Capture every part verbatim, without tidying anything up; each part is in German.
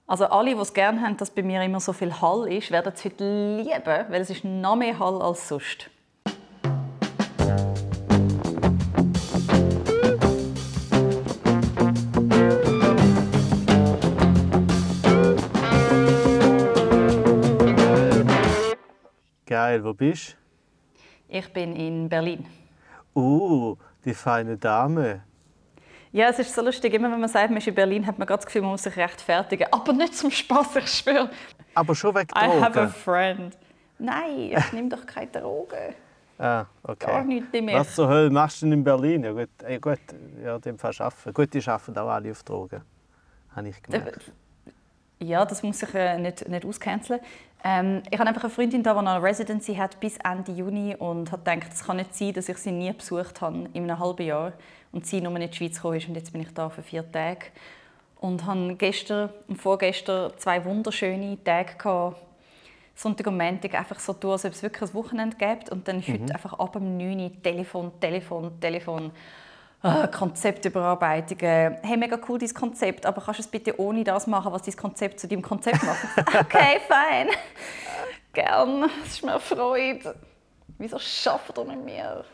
Also alle, die es gerne haben, dass bei mir immer so viel Hall ist, werden es heute lieben, weil es ist noch mehr Hall als sonst. Geil, wo bist Ich bin in Berlin. du? Uh, die feine Dame. Ja, es ist so lustig. Immer wenn man sagt, man ist in Berlin, hat man gerade das Gefühl, man muss sich rechtfertigen. Aber nicht zum Spaß, ich schwöre. Aber schon wegen I have a Drogen. friend. Nein, ich nehme doch keine Drogen. Ah, Gar okay. nichts mehr. Was zur Hölle machst du denn in Berlin? Ja gut, äh, gut ja, dem Fall arbeiten. Gut, die arbeiten auch alle auf Drogen. Habe ich gemerkt. Ja, das muss ich äh, nicht, nicht auscanceln. Ähm, ich habe einfach eine Freundin, da, die eine Residency hat bis Ende Juni und habe gedacht, es kann nicht sein, dass ich sie nie besucht habe in einem halben Jahr und sie nur in die Schweiz gekommen ist und jetzt bin ich da für vier Tage. Und habe gestern und vorgestern zwei wunderschöne Tage gehabt. Sonntag und Montag einfach so tun, als ob es wirklich ein Wochenende gibt. Und dann heute einfach ab dem neun Uhr Telefon, Telefon, Telefon. Ah, Konzeptüberarbeitungen. Hey, mega cool, dein Konzept, aber kannst du es bitte ohne das machen, was dein Konzept zu deinem Konzept macht? Okay, fein. Gern, es ist mir eine Freude. Wieso schafft er mit mir?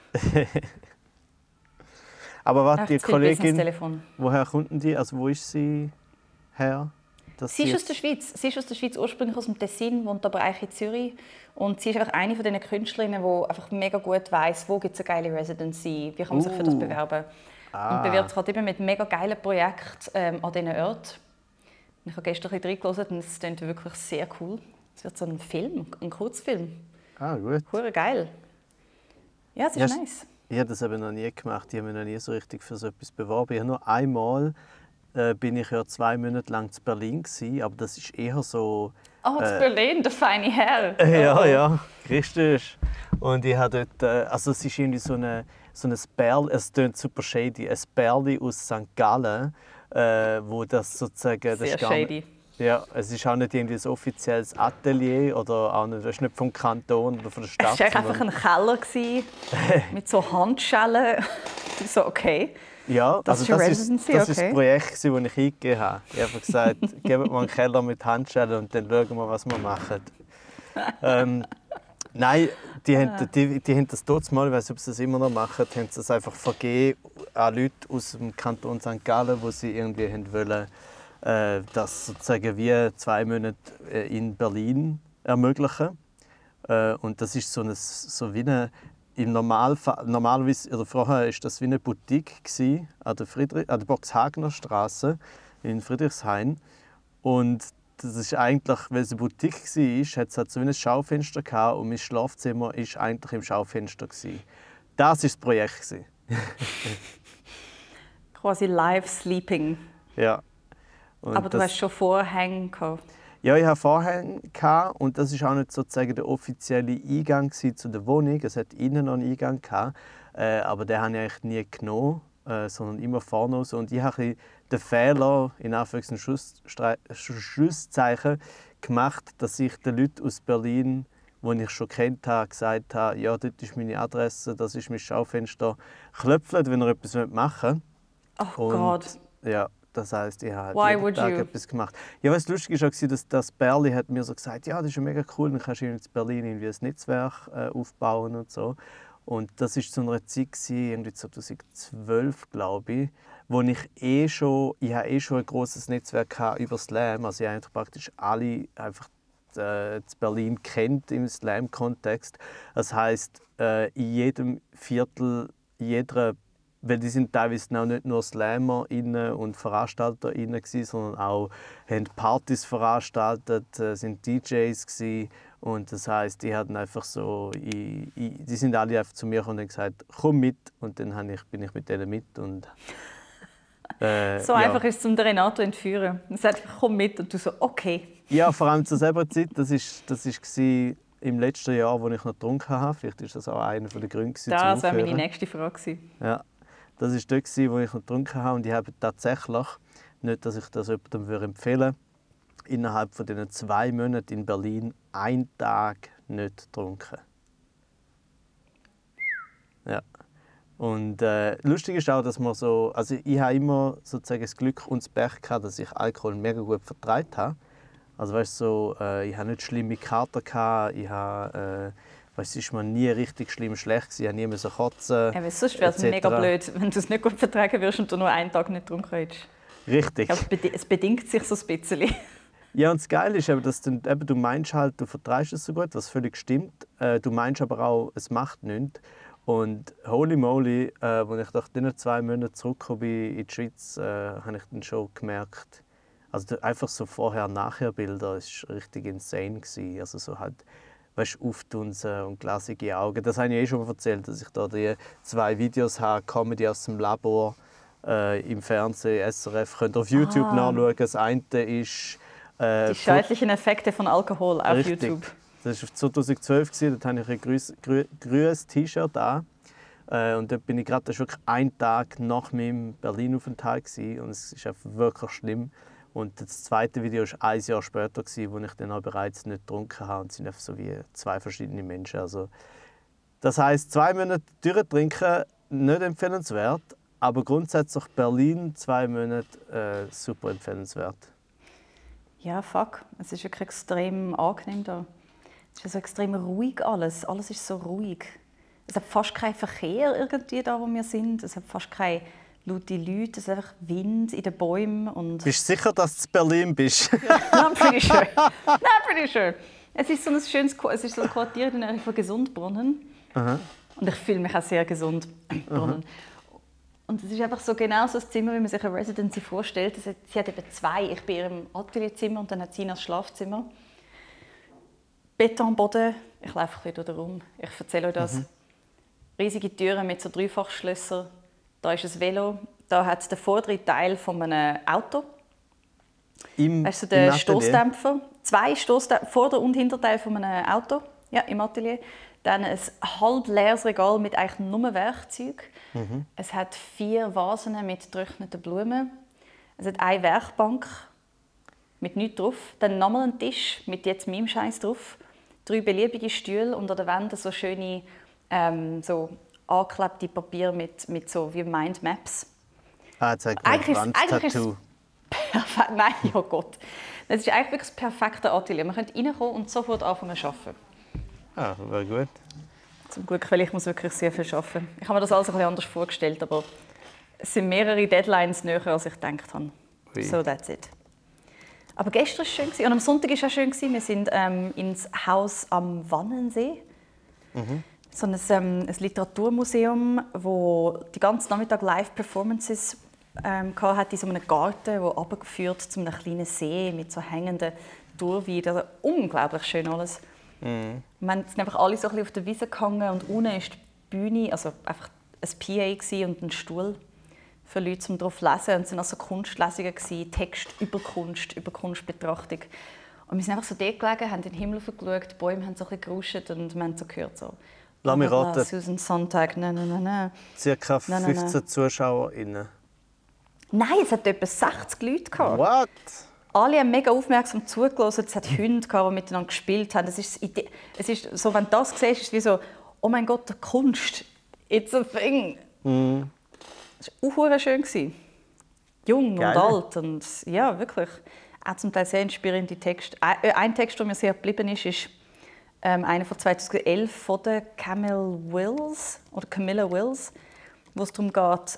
Aber was, Ach, die zu viel Kollegin, Business-Telefon. woher kommt denn die? Also wo ist sie her? Dass Sie ist aus jetzt- der Schweiz. Sie ist aus der Schweiz, ursprünglich aus dem Tessin, wohnt aber eigentlich in Zürich. Und sie ist einfach eine von diesen Künstlerinnen, die einfach mega gut weiss, wo gibt es eine geile Residency, wie kann man sich für das Uh. bewerben. Ah. Und bewirbt sich halt eben mit mega geilen Projekten ähm, an diesen Orten. Ich habe gestern ein bisschen reingehört und es klingt wirklich sehr cool. Es wird so ein Film, ein Kurzfilm. Ah, gut. Hure geil. Ja, es ist Ja, s- nice. Ich habe das eben noch nie gemacht. Ich habe mich noch nie so richtig für so etwas beworben. Ich habe nur einmal äh, bin ich ja zwei Monate lang in Berlin gewesen, aber das ist eher so. Oh, zu Äh, Berlin, der feine Herr. Ja, Oh. ja, Christus. Und ich habe dort, äh, also es ist irgendwie so eine, so ein Sperl, es klingt super shady, ein Sperli aus Sankt Gallen, äh, wo das sozusagen, das Sehr ist gar nicht- shady. Ja, es ist auch nicht irgendwie ein offizielles Atelier oder auch nicht, das ist nicht vom Kanton oder von der Stadt. Es war einfach ein Keller gewesen, mit so Handschellen. Ich so, okay. Ja, Das also ist eine das ist, Residency, das ist das okay. Projekt, das ich eingegeben habe. Ich habe einfach gesagt, gebt mir einen Keller mit Handschellen und dann schauen wir, was wir machen. ähm, nein, die, Ah. haben, die, die haben das dort mal, ich weiß nicht, ob sie das immer noch machen, haben sie das einfach vergeben an Leute aus dem Kanton Sankt Gallen, wo sie irgendwie haben wollen, äh, das sozusagen wie zwei Monate äh, in Berlin ermöglichen. Äh, und das ist so, eine, so wie eine im Normalfall, normalerweise, oder vorher war das wie eine Boutique gewesen, an der, Friedrich, an der Boxhagener Straße in Friedrichshain. Und das ist eigentlich, weil es eine Boutique war, hat es halt so wie ein Schaufenster gehabt und mein Schlafzimmer war eigentlich im Schaufenster gewesen. Das war das Projekt gewesen. Quasi live sleeping. Ja. Und Aber du das, hast schon Vorhänge gehabt. Ja, ich hatte Vorhänge gehabt, und das ist auch nicht sozusagen der offizielle Eingang zu der Wohnung. Es hat innen noch einen Eingang gehabt, äh, aber den habe ich eigentlich nie genommen, äh, sondern immer vorne raus. Und ich habe ein bisschen den Fehler, in Anführungs- und Schlussstrei- Schlusszeichen, gemacht, dass ich den Leuten aus Berlin, die ich schon kennt habe, gesagt habe, ja, dort ist meine Adresse, das ist mein Schaufenster. Klöpfelt, wenn ihr etwas machen Oh wollt. Gott. Und ja, das heisst, ich habe halt Why jeden would Tag you? etwas gemacht. Ja, was lustig war, dass das Berli hat mir so gesagt, ja, das ist ja mega cool, dann kannst du in Berlin irgendwie ein Netzwerk äh, aufbauen und so. Und das war zu einer Zeit, gewesen, irgendwie zweitausendzwölf, glaube ich, wo ich eh schon, ich hatte eh schon ein grosses Netzwerk hatte über Slam. Also ich habe eigentlich praktisch alle einfach äh, in Berlin kennt im Slam-Kontext. Das heisst, äh, in jedem Viertel, jeder, weil die sind teilweise auch nicht nur SlammerInnen und VeranstalterInnen gewesen, sondern auch haben Partys veranstaltet, äh, sind D Js gewesen. Und das heisst, die hatten einfach so, ich, ich, die sind alle einfach zu mir gekommen und haben gesagt, komm mit. Und dann habe ich, bin ich mit denen mit und äh, So ja. einfach ist es, um den Renato zu entführen. Er sagt, komm mit und du so, okay. Ja, vor allem zur selben Zeit, das ist, das war im letzten Jahr, wo ich noch getrunken habe. Vielleicht ist das auch einer der Gründe gewesen, zum Das wäre meine Aufhören. nächste Frage gewesen. Ja, das war dort, wo ich noch getrunken habe. Und ich habe tatsächlich, nicht, dass ich das jemandem empfehlen würde, innerhalb von diesen zwei Monaten in Berlin einen Tag nicht getrunken. Ja. Und äh, lustig ist auch, dass man so, also ich habe immer sozusagen das Glück und das Pech gehabt, dass ich Alkohol mega gut vertreibt habe. Also weißt du, so, äh, ich hatte nicht schlimme Kater gehabt, ich habe, äh, weißt, es ist mir nie richtig schlimm schlecht gewesen, ich habe nie müssen kotzen. Ja, sonst wäre es mega blöd, wenn du es nicht gut vertragen würdest und du nur einen Tag nicht getrunken hättest. Richtig. Ich glaube, es bedingt sich so ein bisschen. Ja, und das Geile ist eben, dass du, eben, du meinst halt, du vertreibst es so gut, was völlig stimmt. Äh, du meinst aber auch, es macht nichts. Und holy moly, äh, als ich nach diesen zwei Monaten zurückgekommen bin in die Schweiz, äh, habe ich dann schon gemerkt, also einfach so Vorher-Nachher-Bilder, das war richtig insane gewesen. Also so halt, weißt du, Auftunsen und glasige Augen. Das habe ich eh schon mal erzählt, dass ich da die zwei Videos habe, Comedy aus dem Labor äh, im Fernsehen, S R F, könnt ihr auf YouTube Ah. nachschauen. Das eine ist äh, Die schädlichen Effekte von Alkohol auf Richtig. YouTube. Das war zweitausendzwölf, dort hatte ich ein grünes, grü grünes T-Shirt an. Äh, und dort bin ich gerade, das war wirklich ein Tag nach meinem Berlin-Aufenthalt und es ist einfach wirklich schlimm. Und das zweite Video war ein Jahr später, wo ich dann auch bereits nicht getrunken habe. Und es sind einfach so wie zwei verschiedene Menschen. Also, das heisst, zwei Monate durchtrinken, nicht empfehlenswert. Aber grundsätzlich Berlin, zwei Monate, äh, super empfehlenswert. Ja, fuck. Es ist wirklich extrem angenehm da. Es ist so extrem ruhig alles. Alles ist so ruhig. Es hat fast keinen Verkehr irgendwie da, wo wir sind. Es hat fast keine laute Leute. Es ist einfach Wind in den Bäumen. Und Bist du sicher, dass du in Berlin bist? Nein, pretty sure. Nein, pretty sure. Es ist so ein schönes Qu- es ist so ein Quartier in der Nähe von Gesundbrunnen. Aha. Und ich fühle mich auch sehr gesund. Brunnen. Und es ist einfach so genau so ein Zimmer, wie man sich eine Residency vorstellt. Sie hat eben zwei. Ich bin in ihrem Atelierzimmer und dann hat sie das Schlafzimmer. Betonboden. Ich laufe ein bisschen durch den Raum. Ich erzähle euch das. Mhm. Riesige Türen mit so Dreifachschlössern. Da ist ein Velo. Da hat es den vorderen Teil von einem Auto. Im, weißt du, der Stoßdämpfer. Zwei Stoßdämpfer, Vorder- und Hinterteil von einem Auto. Ja, im Atelier. Dann ein halb leeres Regal mit eigentlich nur Werkzeug. Mhm. Es hat vier Vasen mit getrockneten Blumen. Es hat eine Werkbank mit nichts drauf. Dann nochmal ein Tisch mit jetzt meinem Scheiß drauf. Drei beliebige Stühle und an der Wand so schöne ähm, so angeklebte Papier mit, mit so wie Mindmaps. Ah, zeig mir ein Wandtattoo. Perfekt. Nein, oh Gott. Das ist eigentlich wirklich das perfekte Atelier. Man könnte reinkommen und sofort anfangen zu arbeiten. Ah, wäre gut. Zum Glück, weil ich muss wirklich sehr viel arbeiten. Ich habe mir das alles ein bisschen anders vorgestellt, aber es sind mehrere Deadlines näher, als ich gedacht habe. Ui. So, that's it. Aber gestern war es schön und am Sonntag war es auch schön. Wir sind ähm, ins Haus am Wannensee. Mhm. So ein, ähm, ein Literaturmuseum, das die ganzen Nachmittag Live-Performances ähm, hatte in so einem Garten, der runtergeführt zu einem kleinen See mit so hängenden Durchweiden. Also unglaublich schön alles. Mm. Wir sind einfach alle so ein bisschen auf der Wiese gehangen und unten war die Bühne, also einfach ein P A und ein Stuhl für Leute, um darauf zu lesen. Und es waren also Kunstlesungen, Text über Kunst, über Kunstbetrachtung. Und wir sind einfach so dort gelegen, haben in den Himmel geschaut, die Bäume haben so ein bisschen geruscht und wir haben so gehört so... Lass mich raten. Susan Sontag, nein, nein, nein, nein. Circa fünfzehn ZuschauerInnen. Nein, es hat etwa sechzig Leute gehabt. What? Alle haben mega aufmerksam zugelassen. Es hat Hunde gehabt, die miteinander gespielt haben. Es ist, es ist so, wenn du das siehst, ist es wie so, oh mein Gott, Kunst, it's a thing. Mm. Es war auch schön. Jung Geil. Und alt. Und ja, wirklich. Auch zum Teil sehr inspirierende Texte. Ein Text, der mir sehr geblieben ist, ist ähm, einer von zweitausendelf von der Camille Wills, oder Camilla Wills, wo es darum geht,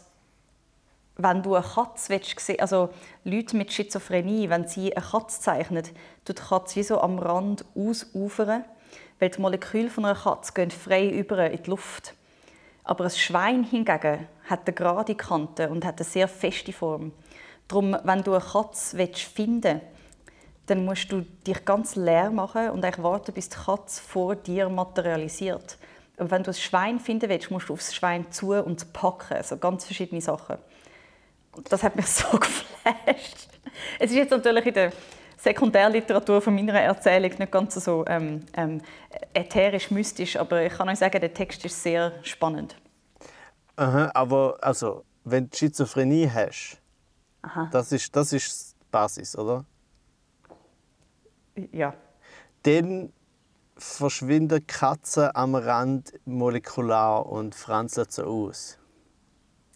wenn du eine Katze willst, also Leute mit Schizophrenie, wenn sie eine Katze zeichnen, tut die Katze wie so am Rand ausufern, weil die Moleküle von einer Katze gehen frei über in die Luft. Aber ein Schwein hingegen hat eine gerade Kante und hat eine sehr feste Form. Darum, wenn du eine Katze finden willst, dann musst du dich ganz leer machen und eigentlich warten, bis die Katze vor dir materialisiert. Und wenn du ein Schwein finden willst, musst du aufs Schwein zu und packen. Also ganz verschiedene Sachen. Und das hat mich so geflasht. Es ist jetzt natürlich in der Sekundärliteratur von meiner Erzählung nicht ganz so ähm, ähm, ätherisch, mystisch, aber ich kann euch sagen, der Text ist sehr spannend. Aha, aber also, wenn du Schizophrenie hast, Aha. das ist das ist die Basis, oder? Ja. Dann verschwinden Katzen am Rand molekular und franzeln so aus.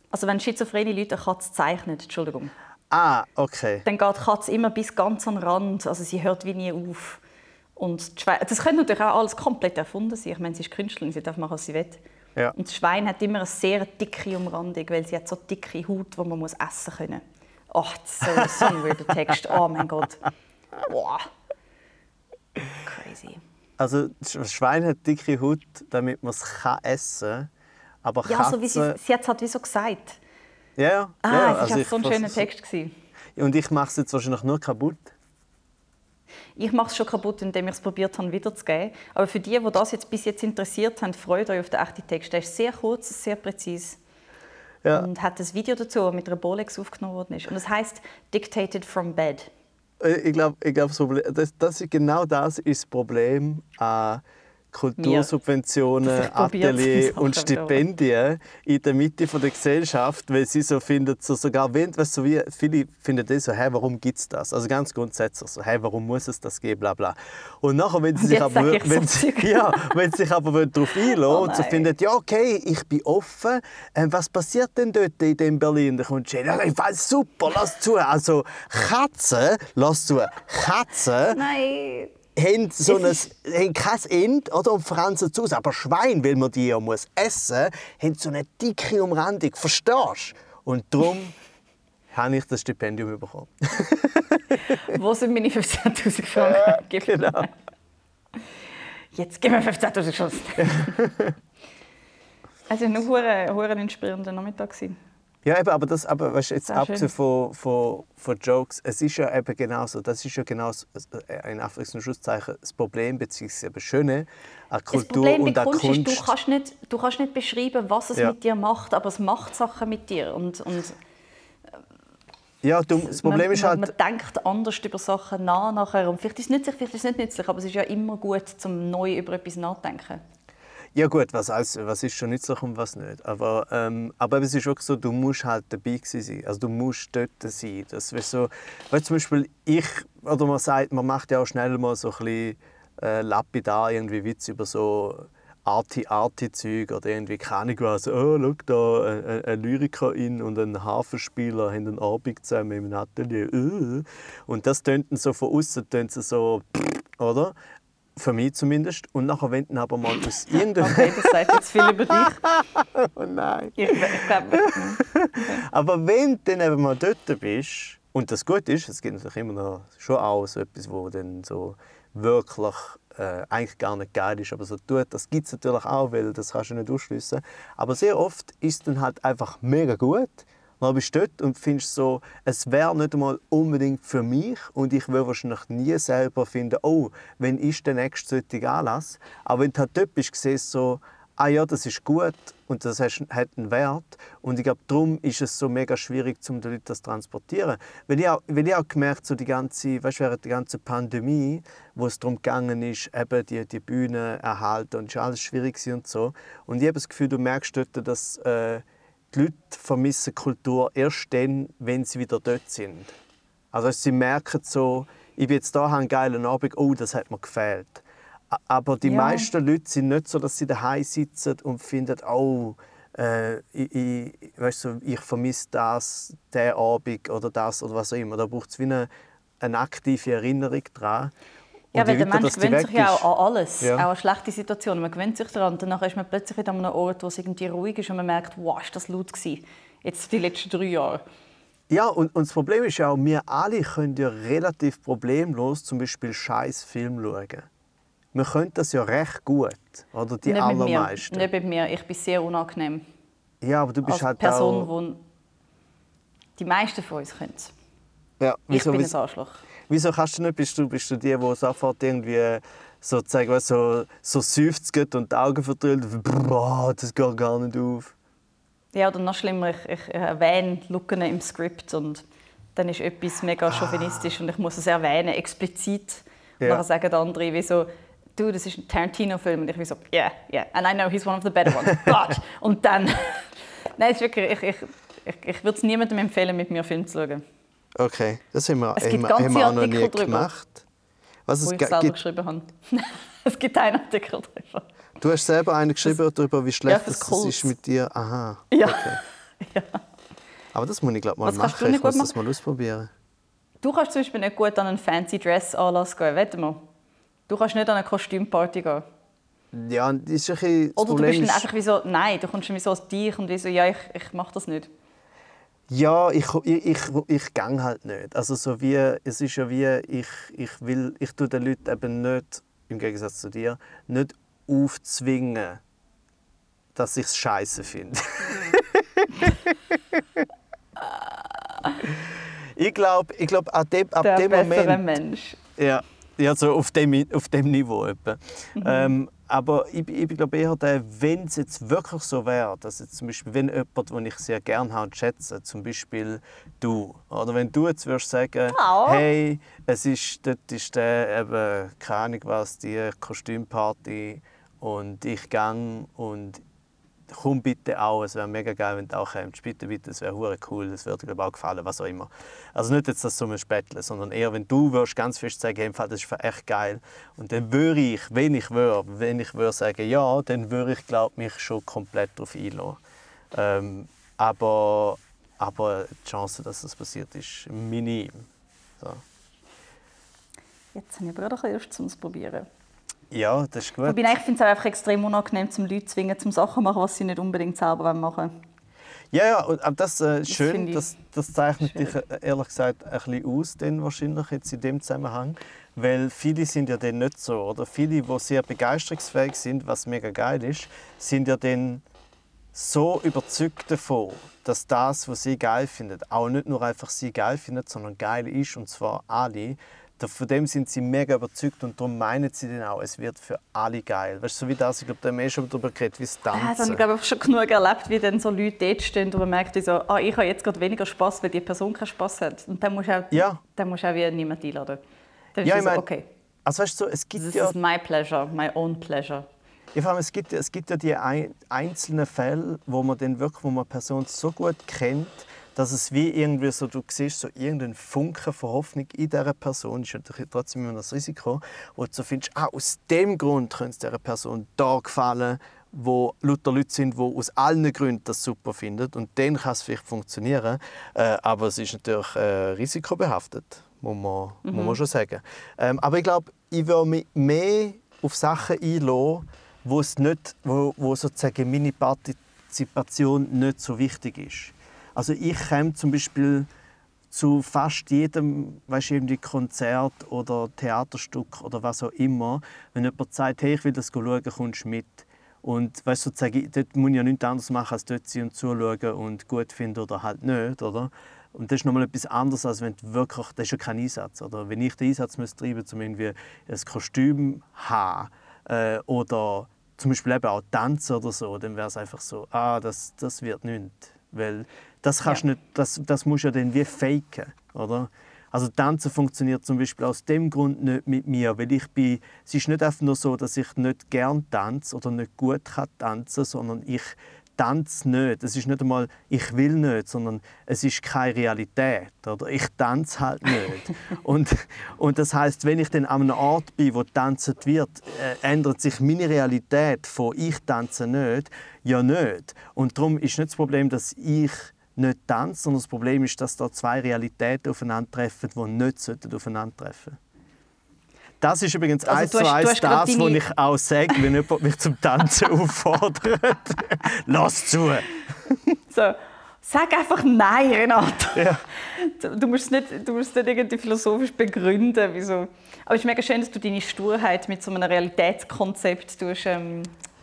Also wenn schizophrene Leute eine Katze zeichnen, Entschuldigung, Ah, okay. dann geht die Katze immer bis ganz an den Rand, also sie hört wie nie auf. Und die Schweine, das könnte natürlich auch alles komplett erfunden sein. Ich meine, sie ist Künstlerin, sie darf machen, was sie will. Ja. Und das Schwein hat immer eine sehr dicke Umrandung, weil sie hat so dicke Haut, die man muss essen können. Ach, das ist so, so ein weirder Text. Oh mein Gott. Boah. Crazy. Also das Schwein hat dicke Haut, damit man es essen kann. Aber Ja, Katze... so wie sie, sie hat es halt wie so gesagt. Ja, ja. Ah, ja, es also war ich so ein schöner vers- Text gewesen. Und ich mache es jetzt wahrscheinlich nur kaputt. Ich mache es schon kaputt, indem ich es probiert habe, wiederzugeben. Aber für die, die das jetzt bis jetzt interessiert haben, freut euch auf den echten Text. Der ist sehr kurz, sehr präzise. Ja. Und hat ein Video dazu, das mit einer Bolex aufgenommen worden ist. Und es heisst «Dictated from bed». Ich glaube, ich glaub, das, Problem- das, das ist genau das ist das Problem an Kultursubventionen, Dass ich probiert, Atelier Sachen und Stipendien in der Mitte von der Gesellschaft, weil sie so finden, so sogar wenn, weißt du, wie viele finden das so, hey, warum gibt es das? Also ganz grundsätzlich so, hey, warum muss es das geben, bla bla. Und nachher, wenn sie Und sich jetzt aber, sag ich so wenn sie, Zeug. ja, wenn sie sich aber darauf einlassen Oh und so nein. finden, ja okay, ich bin offen, ähm, was passiert denn dort in dem Berlin? Da kommt sie, ja, ich weiß, super, lass zu. Also Katzen, lass zu, Katzen Nein. haben, so ein, Es haben kein Ende oder, und fransen zu. Aber Schwein, weil man die ja muss essen muss, haben so eine dicke Umrandung. Verstehst du? Und darum habe ich das Stipendium bekommen. Wo sind meine fünfzehntausend Franken? Gib mir. Genau. Jetzt gib mir fünfzehntausend Chancen. Es war ein hure, hure inspirierender Nachmittag. Ja, eben, aber das, aber weißt, jetzt Sehr abgesehen schön. von, von, von Jokes, es ist ja eben genauso, das ist ja genau so, äh, in Anführungs- und Schlusszeichen das Problem bzw. das Schöne an Das Kultur Problem und bei an Kunst, Kunst. ist, du kannst, nicht, du kannst nicht beschreiben, was es Ja. mit dir macht, aber es macht Sachen mit dir. Und, und Ja, du, das Problem man, ist halt... man, man denkt anders über Sachen nach nachher. Und vielleicht ist es nützlich, vielleicht ist es nicht nützlich, aber es ist ja immer gut, um neu über etwas nachzudenken. Ja gut, was, alles, was ist schon nützlich und was nicht. Aber, ähm, aber es ist wirklich so, du musst halt dabei gewesen sein. Also du musst dort sein. Das ist so, weißt, zum Beispiel ich, oder man sagt, man macht ja auch schnell mal so ein bisschen äh, lapidar irgendwie Witz über so Arty-Arty-Zeug oder irgendwie keine Ahnung was. Oh, schau da, eine, eine Lyrikerin und ein Harfenspieler haben einen Abend zusammen im Atelier. Äh. Und das tönt dann so von außen so, oder? Für mich zumindest. Und nachher wenden aber mal aus irgendeinem... Okay, das sagt jetzt viel über dich. Oh nein. Ich, ich glaube, Aber wenn du dann eben mal dort bist, und das gut ist, es gibt natürlich immer noch schon auch so etwas, wo dann so wirklich äh, eigentlich gar nicht geil ist, aber so tut, das gibt es natürlich auch, weil das kannst du nicht ausschliessen. Aber sehr oft ist es dann halt einfach mega gut. Dann bist du dort und findest so, es wäre nicht einmal unbedingt für mich und ich würde wahrscheinlich nie selber finden, oh, wenn ist der nächste solche Anlass. Aber wenn du halt dort bist, siehst du so, ah ja, das ist gut und das hat einen Wert. Und ich glaube, darum ist es so mega schwierig, um den Leuten das zu transportieren. Weil ich auch, weil ich auch gemerkt, so die ganze, weißt, während der ganzen Pandemie, wo es darum gegangen ist, eben die, die Bühne erhalten und es war alles schwierig und so. Und ich habe das Gefühl, du merkst dort, dass äh, die Leute vermissen Kultur erst dann, wenn sie wieder dort sind. Also sie merken so, ich bin jetzt da, habe einen geilen Abend, oh, das hat mir gefehlt. A- Aber die Ja. meisten Leute sind nicht so, dass sie daheim sitzen und finden, oh, äh, ich, ich, weißt du, ich vermisse das, den Abend oder das oder was auch immer. Da braucht es wie eine, eine aktive Erinnerung daran. ja, Und weil je der weiter, Mensch dass die gewöhnt sich weg ja ist- auch an alles, Ja. auch an schlechte Situationen. Man gewöhnt sich daran und danach ist man plötzlich wieder an einem Ort, wo es irgendwie ruhig ist und man merkt, wow, ist das laut gewesen. Jetzt die letzten drei Jahre. Ja, und, und das Problem ist ja auch, wir alle können ja relativ problemlos zum Beispiel scheiß Film schauen. Wir können das ja recht gut, oder die nicht mit mir, allermeisten. nicht mit mir. Ich bin sehr unangenehm. Ja, aber du bist Als halt Person, auch... wo die meisten von uns können es. Ja, Ich wieso, bin ein wieso, Arschloch. wieso kannst du nicht? Bist du, bist du die, die sofort irgendwie sozusagen, weißt, so, so seufzt und die Augen verdrillt? Boah, das geht gar nicht auf. Ja, oder noch schlimmer, ich, ich erwähne Lücken im Skript und dann ist etwas mega chauvinistisch und ich muss es erwähnen, explizit. Und Ja. dann sagen die anderen wie so, du, das ist ein Tarantino-Film. Und ich wie so, yeah, yeah, and I know he's one of the better ones. Gott! Und dann... Nein, es ist wirklich, ich, ich, ich, ich würde es niemandem empfehlen, mit mir einen Film zu schauen. Okay, das haben wir, Es haben gibt wir, ganze haben wir auch noch Artikel nie drüber. gemacht. Was Wo es ich ge- selber gibt, geschrieben habe. Es gibt einen Artikel darüber. du hast selber einen geschrieben darüber, wie schlecht Ja, fürs das Kult. ist mit dir. Aha. Ja. Okay. Ja. Aber das muss ich glaube mal Was kannst du machen. nicht Ich muss gut das mal ausprobieren. Du kannst zum Beispiel nicht gut an einen fancy Dress-Anlass gehen, wette mal. Du kannst nicht an eine Kostümparty gehen. Ja, das ist ein bisschen, das Oder du Problem bist dann ist, einfach wie so, nein, du kommst dann wie so als dich und wie so, ja, ich, ich mache das nicht. ja, ich, ich, ich, ich gang halt nicht. Also so wie, es ist ja wie, ich, ich will, ich tue den Leuten eben nicht, im Gegensatz zu dir, nicht aufzwingen, dass ich es scheiße finde. ich glaube, ich glaub, ab dem, ab Der dem bessere Moment... Mensch. Ja, ja so auf dem, auf dem Niveau etwa. Mhm. Ähm, aber ich, ich glaube eher, wenn es jetzt wirklich so wäre, dass jetzt zum Beispiel, wenn jemand, den ich sehr gerne habe und schätze, zum Beispiel du, oder wenn du jetzt würdest sagen, Oh. hey, es ist, dort ist der eben, keine Ahnung was, die Kostümparty und ich gang und komm bitte auch, es wäre mega geil, wenn du auch kommst. Bitte, bitte, es wäre hure cool, es würde dir auch gefallen, was auch immer. Also nicht jetzt das so ein Spätteln, sondern eher, wenn du würdest ganz fest sagen, hey, das ist echt geil. Und dann würde ich, wenn ich würde, wenn ich würde sagen ja, dann würde ich, glaube mich schon komplett darauf einlassen. Ähm, aber, aber die Chance, dass das passiert, ist minim. So. Jetzt habe ich aber gerade ein bisschen Lust, um es zu probieren. Ja, das ist gut. Wobei, ich finde es auch einfach extrem unangenehm, zum Leute zu zwingen, zum Sachen zu machen, was sie nicht unbedingt selber machen wollen. Ja, ja, und aber das äh, Das schön, finde ich das, das zeichnet schwierig. dich äh, ehrlich gesagt ein bisschen aus, denn wahrscheinlich jetzt in dem Zusammenhang, weil viele sind ja dann nicht so, oder viele, die sehr begeisterungsfähig sind, was mega geil ist, sind ja dann so überzeugt davon, dass das, was sie geil finden, auch nicht nur einfach sie geil finden, sondern geil ist, und zwar alle. Von dem sind sie mega überzeugt und darum meinen sie dann auch, es wird für alle geil. Weißt du, so wie das, ich glaube, da haben wir eh schon darüber geredet, wie es Ja, das habe Tanzen. ich glaube ich schon genug erlebt, wie dann so Leute dort stehen und man merkt, wie so, ah, ich habe jetzt gerade weniger Spass, weil die Person keinen Spass hat. Und dann musst du auch, Ja. dann musst du auch wieder niemand einladen. Dann ist Ja, es ich so, meine, okay, also weißt du, so, es gibt this ja... is my pleasure, my own pleasure. Ja, vor allem, es, gibt, es gibt ja die ein, einzelnen Fälle, wo man dann wirklich, wo man eine Person so gut kennt, dass es wie irgendwie so, du siehst so irgendeinen Funken von Hoffnung in dieser Person, ist natürlich trotzdem immer das Risiko, wo du so findest, ah, aus dem Grund könnte es dieser Person da gefallen, wo lauter Leute sind, die aus allen Gründen das super finden, und dann kann es vielleicht funktionieren, äh, aber es ist natürlich äh, risikobehaftet, muss man, mhm. muss man schon sagen. Ähm, aber ich glaube, ich würde mich mehr auf Sachen einlassen, wo, es nicht, wo, wo sozusagen meine Partizipation nicht so wichtig ist. Also ich komme zum Beispiel zu fast jedem, weißt, irgendwie Konzert oder Theaterstück oder was auch immer, wenn jemand sagt, hey, ich will das schauen, kommst du mit. Und weißt, sozusagen, dort muss ich ja nichts anderes machen, als dort sein und zuschauen und gut finden oder halt nicht. Oder? Und das ist nochmal etwas anderes, als wenn du wirklich, das ist ja kein Einsatz. Oder? Wenn ich den Einsatz treiben müsste, um irgendwie ein Kostüm zu haben, äh, oder zum Beispiel eben auch tanzen oder so, dann wäre es einfach so, ah, das, das wird nichts. Weil das, kannst Ja. nicht, das, das musst du ja dann wie faken, oder? Also Tanzen funktioniert zum Beispiel aus dem Grund nicht mit mir, weil ich bin, es ist nicht einfach nur so, dass ich nicht gern tanze oder nicht gut kann tanzen, sondern ich tanze nicht. Es ist nicht einmal, ich will nicht, sondern es ist keine Realität. Oder? Ich tanze halt nicht. und, und das heißt, wenn ich dann an einem Ort bin, wo tanzt wird, äh, ändert sich meine Realität von ich tanze nicht, ja nicht. Und darum ist nicht das Problem, dass ich nicht tanze, sondern das Problem ist, dass da zwei Realitäten aufeinandertreffen, die nicht aufeinandertreffen sollten. Das ist übrigens Also eins du zu hast- du eins hast gerade das, was deine- ich auch sage, wenn jemand mich zum Tanzen auffordert. Lass zu! So, sag einfach Nein, Renato. Ja. Du, du, musst es nicht, du musst es nicht irgendwie philosophisch begründen. Wieso. Aber es ist mega schön, dass du deine Sturheit mit so einem Realitätskonzept tust, ähm,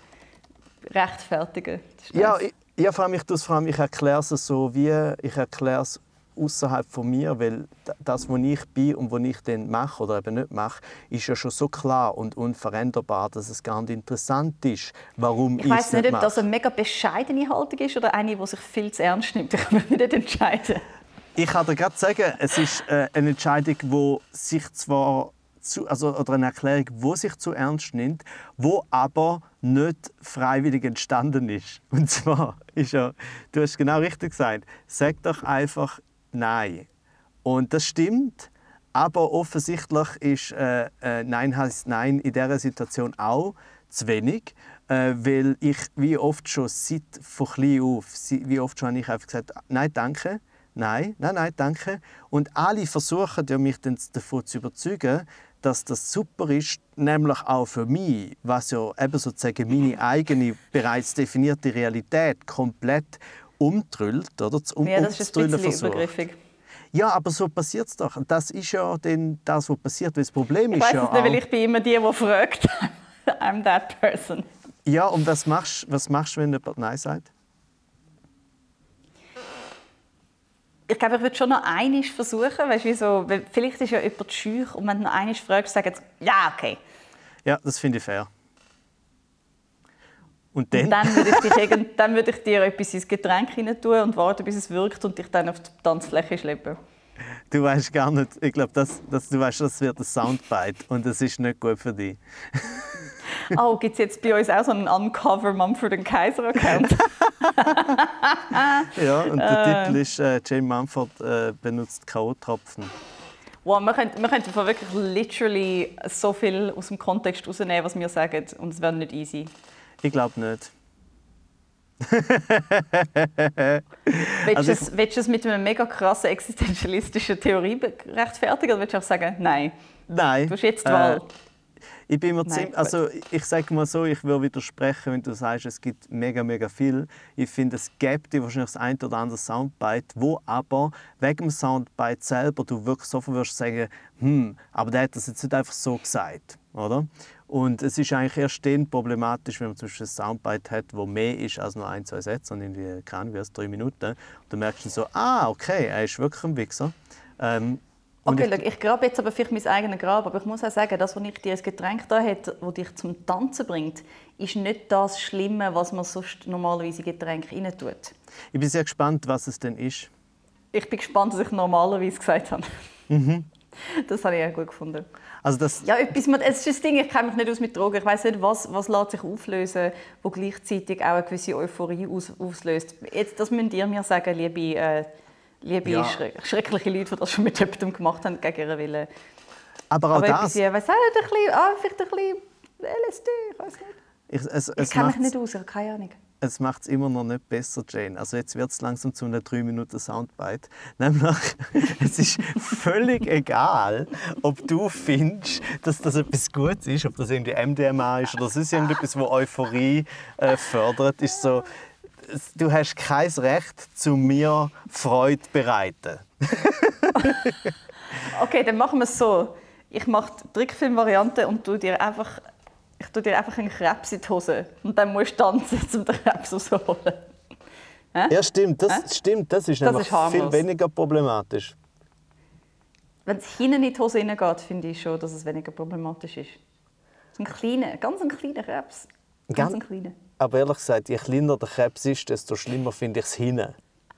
rechtfertigen. Das ist Ja, nice. ich, ja, vor allem, ich, tu's vor allem, ich erkläre es so, wie ich erkläre es außerhalb von mir, weil das, was ich bin und was ich dann mache oder eben nicht mache, ist ja schon so klar und unveränderbar, dass es gar nicht interessant ist, warum Ich ich weiss es nicht, nicht ob das mache. eine mega bescheidene Haltung ist oder eine, die sich viel zu ernst nimmt. Ich kann mich nicht entscheiden. Ich kann dir gerade sagen, es ist äh, eine Entscheidung, die sich zwar zu, also, oder eine Erklärung, die sich zu ernst nimmt, wo aber nicht freiwillig entstanden ist. Und zwar ist ja, du hast genau richtig gesagt, sag doch einfach Nein. Und das stimmt, aber offensichtlich ist äh, äh, Nein heißt Nein in dieser Situation auch zu wenig. Äh, weil ich wie oft schon seit von klein auf, si- wie oft schon habe ich einfach gesagt, nein, danke, nein, nein, nein, danke. Und alle versuchen ja, mich dann davon zu überzeugen, dass das super ist, nämlich auch für mich, was ja eben sozusagen meine eigene, bereits definierte Realität komplett umtrüllt, oder? Um, Ja, das ist ein umzutrüllen bisschen versucht. übergriffig. Ja, aber so passiert es doch. Das ist ja dann das, was passiert. Weil das Problem Ich ist weiss ja es nicht, weil auch, ich bin immer die, die fragt. I'm that person. ja, und was machst, was machst du, wenn jemand Nein sagt? Ich glaube, ich würde schon noch einmal versuchen. Weißt, wie so, weil vielleicht ist ja jemand scheu und wenn du noch einmal fragst, sagen sie, ja, okay. Ja, das finde ich fair. Und dann? Und dann würde ich, dich irgend, dann würde ich dir etwas ins Getränk rein tun und warten, bis es wirkt und dich dann auf die Tanzfläche schleppen. Du weißt gar nicht, ich glaube, das, das, du weißt, das wird ein Soundbite und das ist nicht gut für dich. Oh, gibt es jetzt bei uns auch so einen Uncover Mumford Kaiser Account? Ja, und der Äh. Titel ist äh, Jane Mumford äh, benutzt K O-Tropfen. Wow, wir könnten, wir könnten wirklich literally so viel aus dem Kontext rausnehmen, was wir sagen, und es wäre nicht easy. Ich glaube nicht. Willst, Also du es, willst du es mit einer mega krassen existenzialistischen Theorie be- rechtfertigen oder willst du auch sagen, nein, Nein. du hast jetzt die äh, Wahl? Ich bin mir Nein, ziemlich, gut. also ich sage mal so, ich würde widersprechen, wenn du sagst, es gibt mega, mega viel. Ich finde, es gibt wahrscheinlich das ein oder andere Soundbite, wo aber wegen dem Soundbite selber du wirklich sofort wirst sagen, hm, aber der hat das jetzt nicht einfach so gesagt, oder? Und es ist eigentlich erst dann problematisch, wenn man zum Beispiel ein Soundbite hat, wo mehr ist als nur ein, zwei Sätze, und irgendwie, keine Ahnung, wie es drei Minuten. Und dann merkst du so, ah, okay, er ist wirklich ein Wichser. Ähm, und Okay, ich, schau, ich grabe jetzt aber vielleicht mein eigenes Grab, aber ich muss auch sagen, das, was ich dir als Getränk da hätte, das dich zum Tanzen bringt, ist nicht das Schlimme, was man sonst normalerweise in Getränke rein tut. ich bin sehr gespannt, was es denn ist. Ich bin gespannt, was ich normalerweise gesagt habe. Mhm. Das habe ich auch gut gefunden. Also das, Ja, etwas, mit- es ist das Ding, ich kenne mich nicht aus mit Drogen. Ich weiss nicht, was, was lässt sich auflösen, wo gleichzeitig auch eine gewisse Euphorie aus, auslöst. Jetzt, das müsst ihr mir sagen, liebe, äh, liebe Ja. schre- schreckliche Leute, die das schon mit jemandem gemacht haben, gegen ihren Willen. aber auch Aber das, etwas, ich weiss auch nicht, ein bisschen, ah, vielleicht ein bisschen L S D, ich weiß nicht. ich, es, Ich es kenne mich macht's- nicht aus, ich habe keine Ahnung. es macht es immer noch nicht besser, Jane. Also jetzt wird es langsam zu einem drei Minuten Soundbite. Nämlich, es ist völlig egal, ob du findest, dass das etwas Gutes ist, ob das irgendwie M D M A ist oder sonst irgendetwas, das Euphorie äh, fördert. Ist so, es- du hast kein Recht, zu mir Freude bereiten. Okay, dann machen wir es so. Ich mache die Trickfilm-Variante und tu dir einfach, ich tue dir einfach einen Krebs in die Hose. Und dann musst du tanzen, um den Krebs rauszuholen. Ja, stimmt. Das, Hä? stimmt, das ist Das nämlich ist harmlos. viel weniger problematisch. Wenn es hinten in die Hose hineingeht, finde ich schon, dass es weniger problematisch ist. So ein kleiner, ganz ein kleiner Krebs. Ganz Ganz- ein kleiner. Aber ehrlich gesagt, je kleiner der Krebs ist, desto schlimmer finde ich es hinten.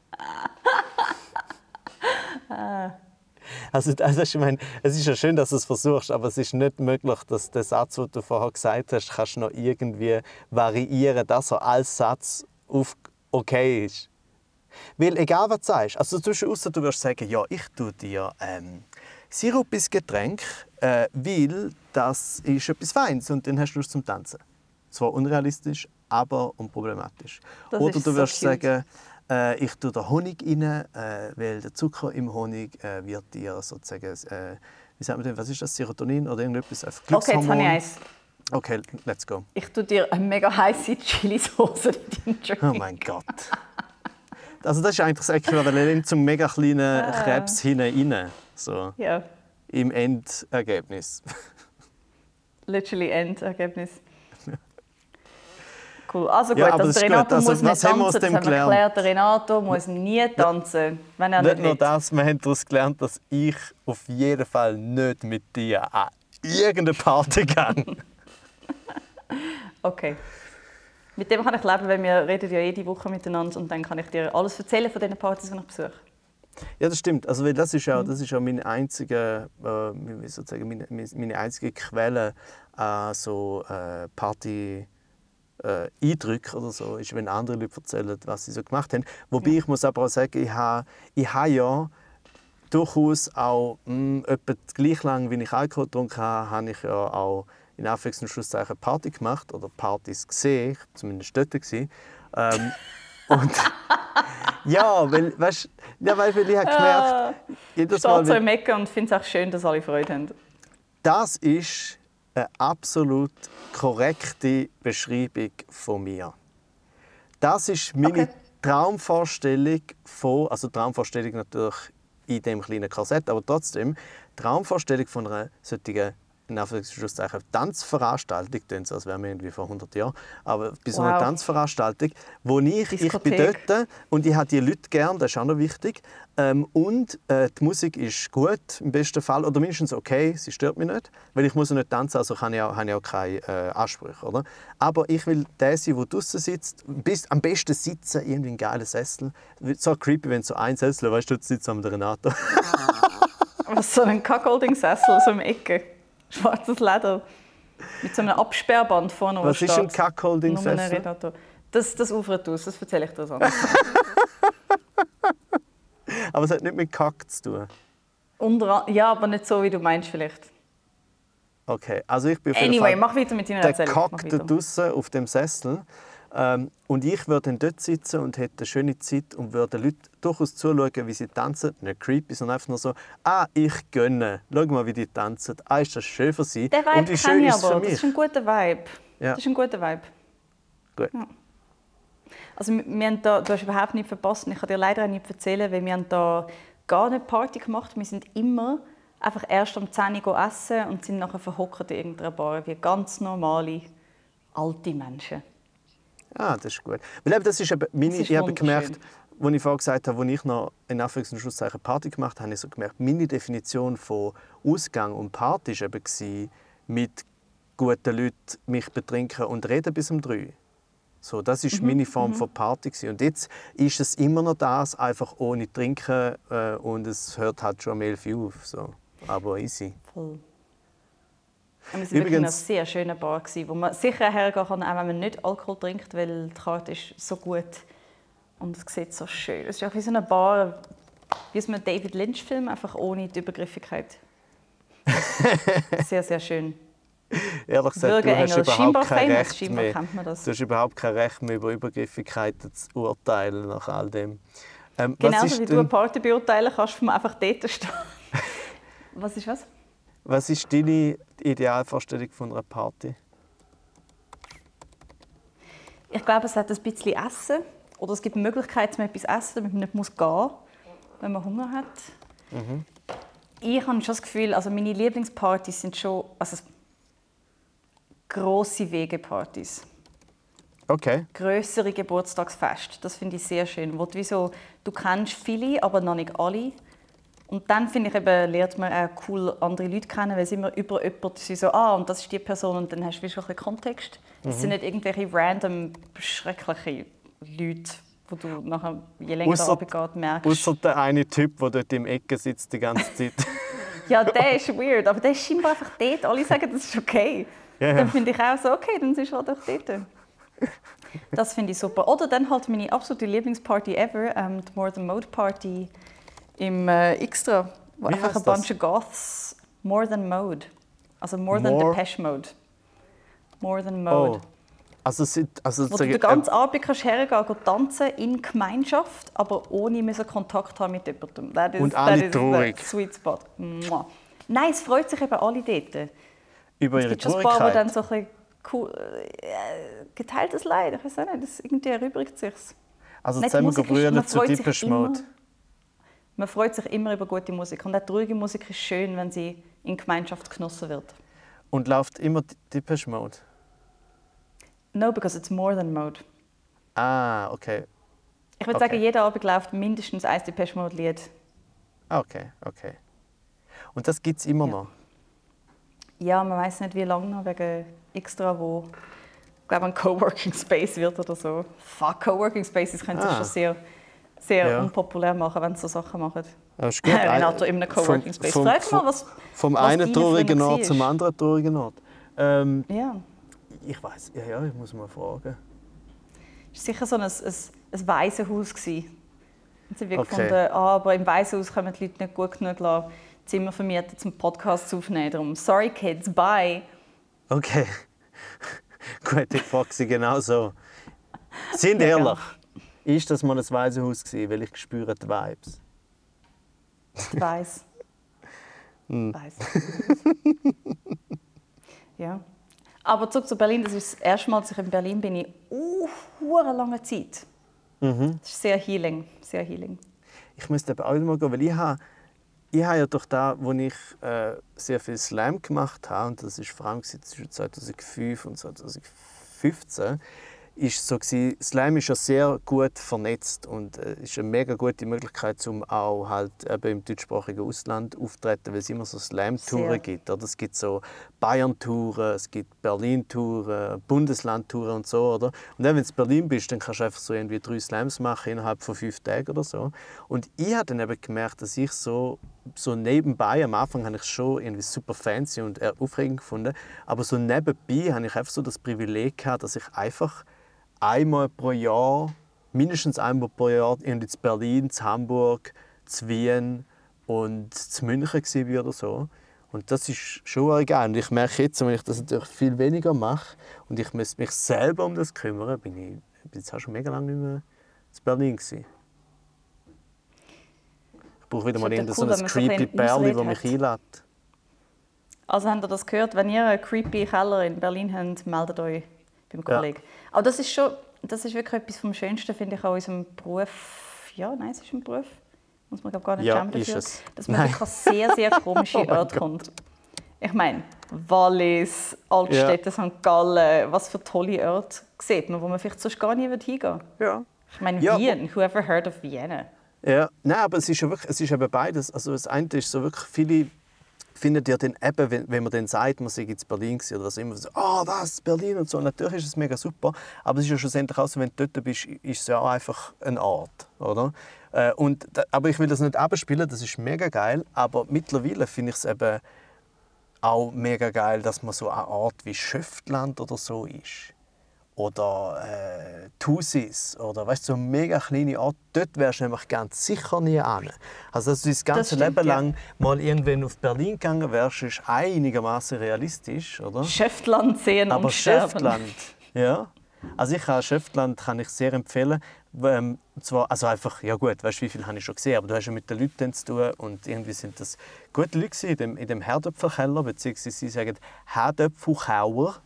Also, also ich meine, es ist ja schön, dass du es versuchst, aber es ist nicht möglich, dass der Satz, den du vorher gesagt hast, kannst du noch irgendwie variieren, dass er als Satz auf okay ist. Weil egal was du sagst, also zum Beispiel, ausser du wirst sagen, ja, ich tue dir ähm, Sirup ins Getränk, äh, weil das ist etwas Feines und dann hast du Lust zum Tanzen. Zwar unrealistisch, aber unproblematisch. Das Oder ist du so wirst cute. sagen, äh, ich tue da Honig rein, äh, weil der Zucker im Honig äh, wird dir sozusagen, äh, wie sagt man denn, was ist das, Serotonin oder irgendetwas, ein Okay, jetzt habe Glückshormon. ich eins. Okay, let's go. Ich tue dir eine mega heiße Chili-Sauce in deinen Drink. Oh mein Gott. Also das ist eigentlich das Äquivalent zum mega kleinen Krebs hinten rein, so Ja, im Endergebnis. literally Endergebnis. Cool. Also gut, Ja, aber also das der ist Renato gut. Also, muss nicht was haben wir aus tanzen, das dem haben wir gelernt? geklärt. Der Renato muss nie tanzen, wenn er Nicht nicht nur will. das, wir haben daraus gelernt, dass ich auf jeden Fall nicht mit dir an irgendeine Party gehe. Okay. Mit dem kann ich leben, weil wir reden ja jede Woche miteinander und dann kann ich dir alles erzählen von diesen Partys, die ich besuche. Ja, das stimmt. Also, weil das ist ja, Mhm. das ist ja meine einzige, äh, wie sozusagen meine, meine einzige Quelle an so äh, Party äh, Eindrücke oder so, ist, wenn andere Leute erzählen, was sie so gemacht haben. Wobei Ja. ich muss aber auch sagen, ich habe ich ha ja durchaus auch mh, etwa gleich lang, wie ich Alkohol getrunken habe, habe ich ja auch in Anführungs- und Schlusszeichen Party gemacht oder Partys gesehen, ich war zumindest dort. Gewesen. Ähm, und ja, weil, weißt, ja, weil, weil ich habe gemerkt, jedes Steht Mal, so im Ecken und finde es auch schön, dass alle Freude haben. das ist eine absolut korrekte Beschreibung von mir. Das ist meine Okay. Traumvorstellung von, also Traumvorstellung natürlich in dem kleinen Korsett, aber trotzdem Traumvorstellung von einer solchen, in Anführungszeichen, Tanzveranstaltung, klingt so, als wären wir irgendwie vor hundert Jahren, aber bei so einer Wow. Tanzveranstaltung, wo ich, ich bin Diskothek. dort und ich habe die Leute gern, das ist auch noch wichtig, ähm, und äh, die Musik ist gut, im besten Fall, oder mindestens okay, sie stört mich nicht, weil ich muss ja nicht tanzen, also kann ich auch, habe ich auch keine äh, Ansprüche, oder? Aber ich will der sein, der draußen sitzt, bis, am besten sitzen, irgendwie ein geiler Sessel, so creepy, wenn so ein Sessel, weißt du, dort sitzt am Renato. Was so ein Cuckolding-Sessel so im Ecke. Schwarzes Leder. Mit so einem Absperrband vorne. Was ist ein Nur ein Cuckolding-Sessel? Renato. Das, das ufert aus, das erzähle ich dir sonst. Aber es hat nicht mit Kack zu tun. Unter, ja, aber nicht so, wie du meinst vielleicht. Okay, also ich bin auf jeden Anyway, Fall mach weiter mit deiner der Erzählung. Kack Mach da weiter. draussen auf dem Sessel. Ähm, und ich würde dann dort sitzen und hätte eine schöne Zeit und würde den Leuten durchaus zuschauen, wie sie tanzen. Nicht creepy, sondern einfach nur so, ah, ich gönne. Schau mal, wie die tanzen. Ah, ist das schön für sie. Den Und Vibe wie schön kenne ich ist es für aber. Das mich. ist ein guter Vibe. Ja. Das ist ein guter Vibe. Gut. Ja. Also wir, wir haben da, du hast überhaupt nichts verpasst. Ich kann dir leider auch nicht erzählen, weil wir haben da gar nicht Party gemacht. Wir sind immer einfach erst um zehn Uhr essen und sind nachher verhockt in irgendeiner Bar, wie ganz normale, alte Menschen. Ah, das ist gut. Weil eben, das ist eben meine, Das ist ich habe wunderschön. gemerkt, als ich vorhin gesagt habe, als ich noch in Anführungs- und Schlusszeichen Party gemacht habe, habe ich so gemerkt, meine Definition von Ausgang und Party war eben, mit guten Leuten mich betrinken und reden bis um drei. So, das war Mhm, meine Form von Party. Und jetzt ist es immer noch das, einfach ohne Trinken äh, und es hört halt schon um elf Uhr auf. So. Aber easy. Voll. Und wir waren wirklich in einer Übrigens, sehr schönen Bar, wo man sicher hergehen kann, auch wenn man nicht Alkohol trinkt, weil die Karte ist so gut und es sieht so schön. Es ist auch wie so eine Bar, wie aus einem David Lynch-Film, einfach ohne die Übergriffigkeit. Sehr, sehr schön. ehrlich gesagt, du hast Bürgerengel, überhaupt scheinbar kein famous, Recht scheinbar mehr. kennt man das. Du hast überhaupt kein Recht mehr, über Übergriffigkeiten zu urteilen nach all dem. Ähm, was Genauso ist wie du denn, eine Party beurteilen kannst, vom einfach dort stehen. Was ist was? was ist deine Idealvorstellung von einer Party? Ich glaube, es hat ein bisschen Essen. Oder es gibt die Möglichkeit, zum etwas zu essen, damit man nicht muss gehen muss, wenn man Hunger hat. Mhm. Ich habe schon das Gefühl, also meine Lieblingspartys sind schon also grosse Wegepartys. Okay. Grössere Geburtstagsfeste. Das finde ich sehr schön. Wo du, wie so, du kennst viele, aber noch nicht alle. Und dann finde ich eben, lernt man auch cool andere Leute kennen, weil es immer über jemanden sind, so, ah, und das ist die Person, und dann hast du schon ein bisschen Kontext. Mhm. Es sind nicht irgendwelche random, schreckliche Leute, wo du nachher, je länger der Abend geht, merkst. Außer der eine Typ, der dort im Ecke sitzt die ganze Zeit. Ja, der ist weird, aber der ist scheinbar einfach dort. Alle sagen, das ist okay. Ja, ja. Dann finde ich auch so, okay, dann ist er doch dort. Das finde ich super. Oder dann halt meine absolute Lieblingsparty ever, ähm, die More Than Mode Party im äh, Extra, wo Wie einfach heisst ein bunch of Goths, More Than Mode, also More Than More- Depeche Mode. More Than Mode. Oh. Also, sind- also Wo sag du ich, den ganzen Abend kannst hergehen, gehen tanzen in Gemeinschaft, aber ohne müssen Kontakt haben mit jemandem. That is, Und alle that is traurig. the sweet spot. Mua. Nein, es freut sich eben alle dort. über Es ihre gibt schon ein paar, die Traurigkeit. dann so ein bisschen cool, äh, geteiltes Leid, ich weiß auch nicht, das irgendwie erübrigt sich. Also Nicht, zusammen Musik ist- gebrüllen man zu freut sich Depeche immer- Mode. Man freut sich immer über gute Musik und auch traurige Musik ist schön, wenn sie in Gemeinschaft genossen wird. Und läuft immer Depeche Mode? No, because it's more than mode. Ah, okay. Ich würde Okay. sagen, jeden Abend läuft mindestens ein Depeche Mode Lied. Ah, okay, okay. Und das gibt es immer Ja. noch? Ja, man weiß nicht, wie lange noch, wegen Extra, wo ich glaube, ein Coworking Space wird oder so. Fuck, Coworking Spaces können sich Ah. schon sehr, sehr Ja. unpopulär machen, wenn sie so Sachen machen. Das ist gut. Renato in einem Coworking Space. Frag mal, was, Vom was einen deine traurigen früher Ort zum war. anderen traurigen Ort. Ähm, Ja. ich weiß, ja, ja, ich muss mal fragen. Es war sicher so ein, ein, ein Waisenhaus. gewesen. Und sie haben Okay. gefunden, ah, aber im Waisenhaus können die Leute nicht gut genug lassen, Zimmer vermieten, zum Podcast aufnehmen. Darum, sorry kids, bye. Okay. Gut, ich frage Sie genau so. Sind Ja, ehrlich, ist das mal ein Waisenhaus gewesen, weil ich spüre die Vibes? Ich weiss. Hm. Weiss. Ja. Aber zurück zu Berlin. Das ist das erste Mal, dass ich in Berlin bin, in uh, lange Zeit. Mhm. Das ist sehr healing. Sehr healing. Ich müsste aber auch wieder mal gehen, weil ich habe, ich habe ja durch da, wo ich äh, sehr viel Slam gemacht habe, und das ist vor allem zwischen zweitausendfünf und zweitausendfünfzehn, ist so gewesen, Slam ist ja sehr gut vernetzt und äh, ist eine mega gute Möglichkeit, um auch halt eben im deutschsprachigen Ausland aufzutreten, weil es immer so Slam-Touren gibt. Oder? Es gibt so Bayern-Touren, es gibt Berlin-Touren, Bundesland-Touren und so. Oder? Und dann, wenn du in Berlin bist, dann kannst du einfach so irgendwie drei Slams machen innerhalb von fünf Tagen oder so. Und ich habe dann eben gemerkt, dass ich so so nebenbei, am Anfang habe ich es schon irgendwie super fancy und aufregend gefunden, aber so nebenbei habe ich einfach so das Privileg gehabt, dass ich einfach einmal pro Jahr, mindestens einmal pro Jahr, irgendwie zu Berlin, zu Hamburg, zu Wien und zu München war oder so. Und das ist schon geil. Und ich merke jetzt, wenn ich das natürlich viel weniger mache und ich muss mich selber um das kümmern, bin ich bin jetzt auch schon mega lange nicht mehr zu Berlin gewesen. Ich brauche wieder mal cool, so ein creepy Perli, das mich einlädt. Also habt ihr das gehört? Wenn ihr einen creepy Keller in Berlin habt, meldet euch beim Kollegen. Ja. Aber das ist schon, das ist wirklich etwas vom Schönsten, finde ich, an unserem Beruf. Ja, nein, es ist ein Beruf. Muss man gar nicht ja, schämen dafür. Es. Dass man wirklich an sehr, sehr komische oh Orte kommt. Ich meine, Wallis, Altstädte, ja. Sankt Gallen, was für tolle Orte sieht man, wo man vielleicht sonst gar nie hingehen würde. Ja. Ich meine, ja, Wien, whoever heard of Vienna? Ja, nein, aber es ist ja wirklich, es ist eben beides. Also das eine ist so wirklich, viele finden ja dann eben, wenn, wenn man dann sagt, man sei in Berlin gewesen oder was immer, so, ah, oh, was, Berlin und so. Und natürlich ist es mega super, aber es ist ja schlussendlich auch so, wenn du dort bist, ist es ja auch einfach ein Ort, oder? Äh, und, aber ich will das nicht abspielen, das ist mega geil, aber mittlerweile finde ich es eben auch mega geil, dass man so ein Ort wie Schöftland oder so ist. Oder äh, Thusis oder weißt, so ein mega kleine Ort, dort wärst du nämlich ganz sicher nie hin. Also dass du das ganze das stimmt, Leben lang ja. mal irgendwann auf Berlin gegangen wärst, ist einigermaßen realistisch, oder? Schöftland sehen Aber und sterben. Schöftland, ja. Also ich kann Schöftland kann ich sehr empfehlen. Ähm, zwar, also einfach, ja gut, weißt du, wie viel habe ich schon gesehen, aber du hast ja mit den Leuten zu tun und irgendwie sind das gute Leute in dem, in dem Herdöpfelkeller, beziehungsweise sie sagen Herdöpfelkauer.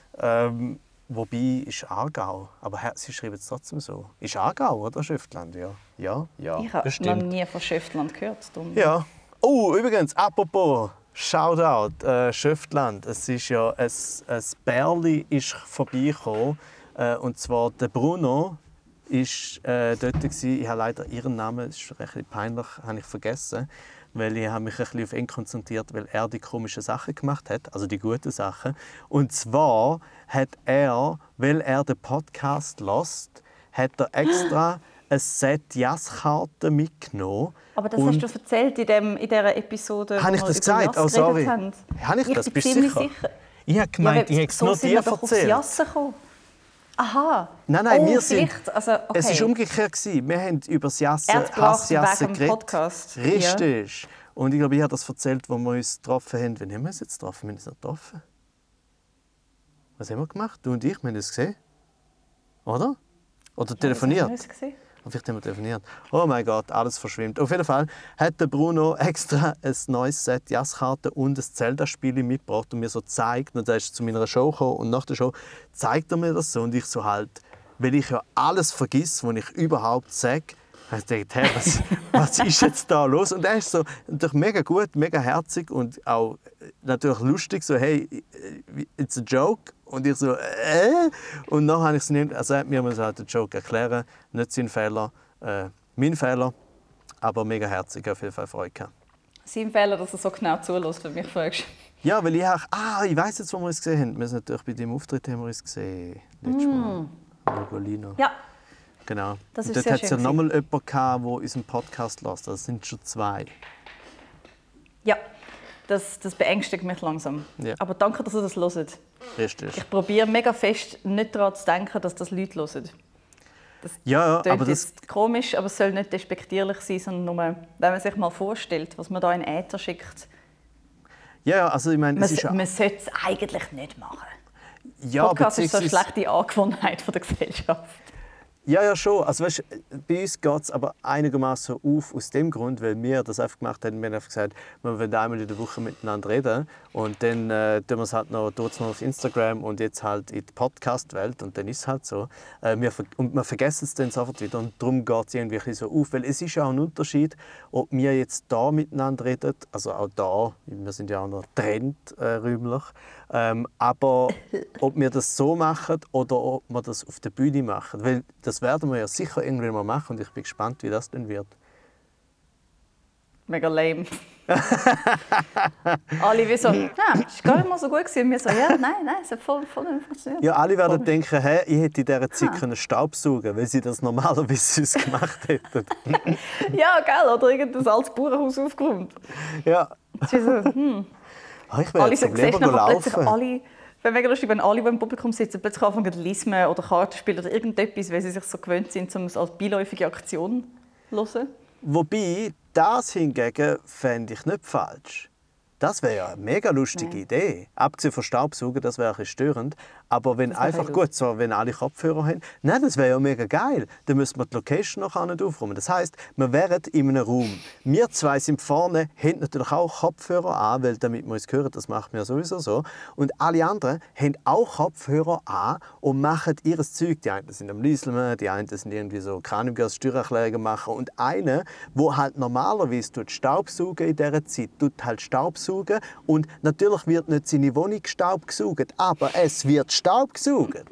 Ähm, Wobei ist Aargau, aber sie schreiben es trotzdem so. Ist Aargau oder Schöftland? Ja, ja, ja. Ich habe noch nie von Schöftland gehört. Darum. Ja. Oh, übrigens, apropos Shoutout äh, Schöftland. Es ist ja ein, ein Bärli ist vorbeigekommen äh, und zwar der Bruno ist äh, dort gewesen. Ich habe leider ihren Namen, das ist ein bisschen peinlich, habe ich vergessen. Weil ich habe mich ein bisschen auf ihn konzentriert, weil er die komischen Sachen gemacht hat, also die guten Sachen. Und zwar hat er, weil er den Podcast hört, hat er extra ein Set Jazzkarten mitgenommen. Aber das hast du erzählt in, dem, in dieser Episode, habe ich das gesagt? Oh, sorry. Haben. Habe ich, ich das? Bist du sicher? sicher? Ich habe gemeint, ja, ich hätte es nur dir erzählt. Aha. Nein, nein, oh, wir sind. Also, okay. Es war umgekehrt. Wir haben über das Jassen, Hassjassen geredet. Podcast. Richtig. Ja. Und ich glaube, ich habe das erzählt, als wir uns getroffen haben. Wann haben wir uns jetzt getroffen? Wir haben uns nicht getroffen. Was haben wir gemacht? Du und ich, wir haben es gesehen. Oder? Oder ja, telefoniert? Wir gesehen. Vielleicht haben wir telefoniert. Oh mein Gott, alles verschwimmt. Auf jeden Fall hat der Bruno extra ein neues Set Jazzkarten und ein Zelda-Spiel mitgebracht und mir so gezeigt. Und er ist zu meiner Show gekommen und nach der Show zeigt er mir das so. Und ich so halt, weil ich ja alles vergiss, was ich überhaupt sage, ich dachte, hey, was, was ist jetzt da los? Und er ist so natürlich mega gut, mega herzig und auch natürlich lustig, so hey, it's a joke. Und ich so, äh? Und dann habe ich es nicht, also er hat mir halt den Joke erklären, nicht sein Fehler, äh, mein Fehler, aber mega herzig, auf jeden Fall Freude gehabt. Sein Fehler, dass er so genau zulässt, wenn du mich fragst. Ja, weil ich auch, ah, ich weiss jetzt, wo wir uns gesehen haben. Wir sind natürlich bei deinem Auftritt haben wir uns gesehen, letztes Mal, Lugolino. Ja. Genau. Das und ist dort hat es ja nochmal jemanden gehabt, der unseren Podcast hört. Das sind schon zwei. Ja, das, das beängstigt mich langsam. Ja. Aber danke, dass ihr das hört. Richtig. Ich probiere mega fest, nicht daran zu denken, dass das Leute hören. Das ja, klingt aber das jetzt komisch, aber es soll nicht despektierlich sein, sondern nur, wenn man sich mal vorstellt, was man da in Äther schickt. Ja, also ich meine, Man, es ist ja... man sollte es eigentlich nicht machen. Ja, Podcast ist so eine beziehungsweise- schlechte Angewohnheit von der Gesellschaft. Ja, ja, schon. Also, weißt, bei uns geht es aber einigermaßen auf aus dem Grund, weil wir das einfach gemacht haben. Wir haben einfach gesagt, wir wollen einmal in der Woche miteinander reden. Und dann äh, tun wir es halt noch, noch auf Instagram und jetzt halt in die Podcast-Welt. Und dann ist es halt so. Äh, wir, und wir vergessen es dann sofort wieder. Und darum geht es irgendwie ein bisschen so auf. Weil es ist ja auch ein Unterschied, ob wir jetzt da miteinander reden, also auch da, wir sind ja auch noch trendräumlich, ähm, aber ob wir das so machen oder ob wir das auf der Bühne machen. Weil das werden wir ja sicher irgendwann mal machen und ich bin gespannt, wie das dann wird. Mega lame. Alle wie so, ja, das war gar nicht mal so gut gewesen. Und wir so, ja, nein, nein, es hat voll, voll nicht funktioniert. Ja, alle werden Voll. denken, hey, ich hätte in dieser Zeit Ah. können Staubsaugen, weil sie das normalerweise sonst gemacht hätten. Ja, gell, oder irgendein altes Bauernhaus aufgeräumt. Ja, Es ist so, hm. Ah, ich werde Alle so jetzt siehst lieber nachher plötzlich laufen. alle, wenn mega lustig, wenn alle, die im Publikum sitzen, plötzlich anfangen zu lesen oder Karten spielen oder irgendetwas, weil sie sich so gewöhnt sind, um es als beiläufige Aktion zu hören. Wobei, das hingegen fände ich nicht falsch. Das wäre ja eine mega lustige Ja. Idee. Abgesehen von Staubsaugen, das wäre ein bisschen störend. Aber wenn Das wäre einfach gut. gut, so, wenn alle Kopfhörer haben, nein, das wäre ja mega geil. Dann müssen wir die Location noch nicht aufräumen. Das heisst, wir wären in einem Raum. Wir zwei sind vorne, haben natürlich auch Kopfhörer an, weil damit wir uns hören, das machen wir sowieso so. Und alle anderen haben auch Kopfhörer an und machen ihr Zeug. Die einen sind am Lieseln, die einen sind irgendwie so Kranengas, Steuererklärungen machen. Und einer, der halt normalerweise tut Staubsaugen in dieser Zeit, tut halt Staubsaugen. Und natürlich wird nicht seine Wohnung staubgesaugt, aber es wird staubgesaugt.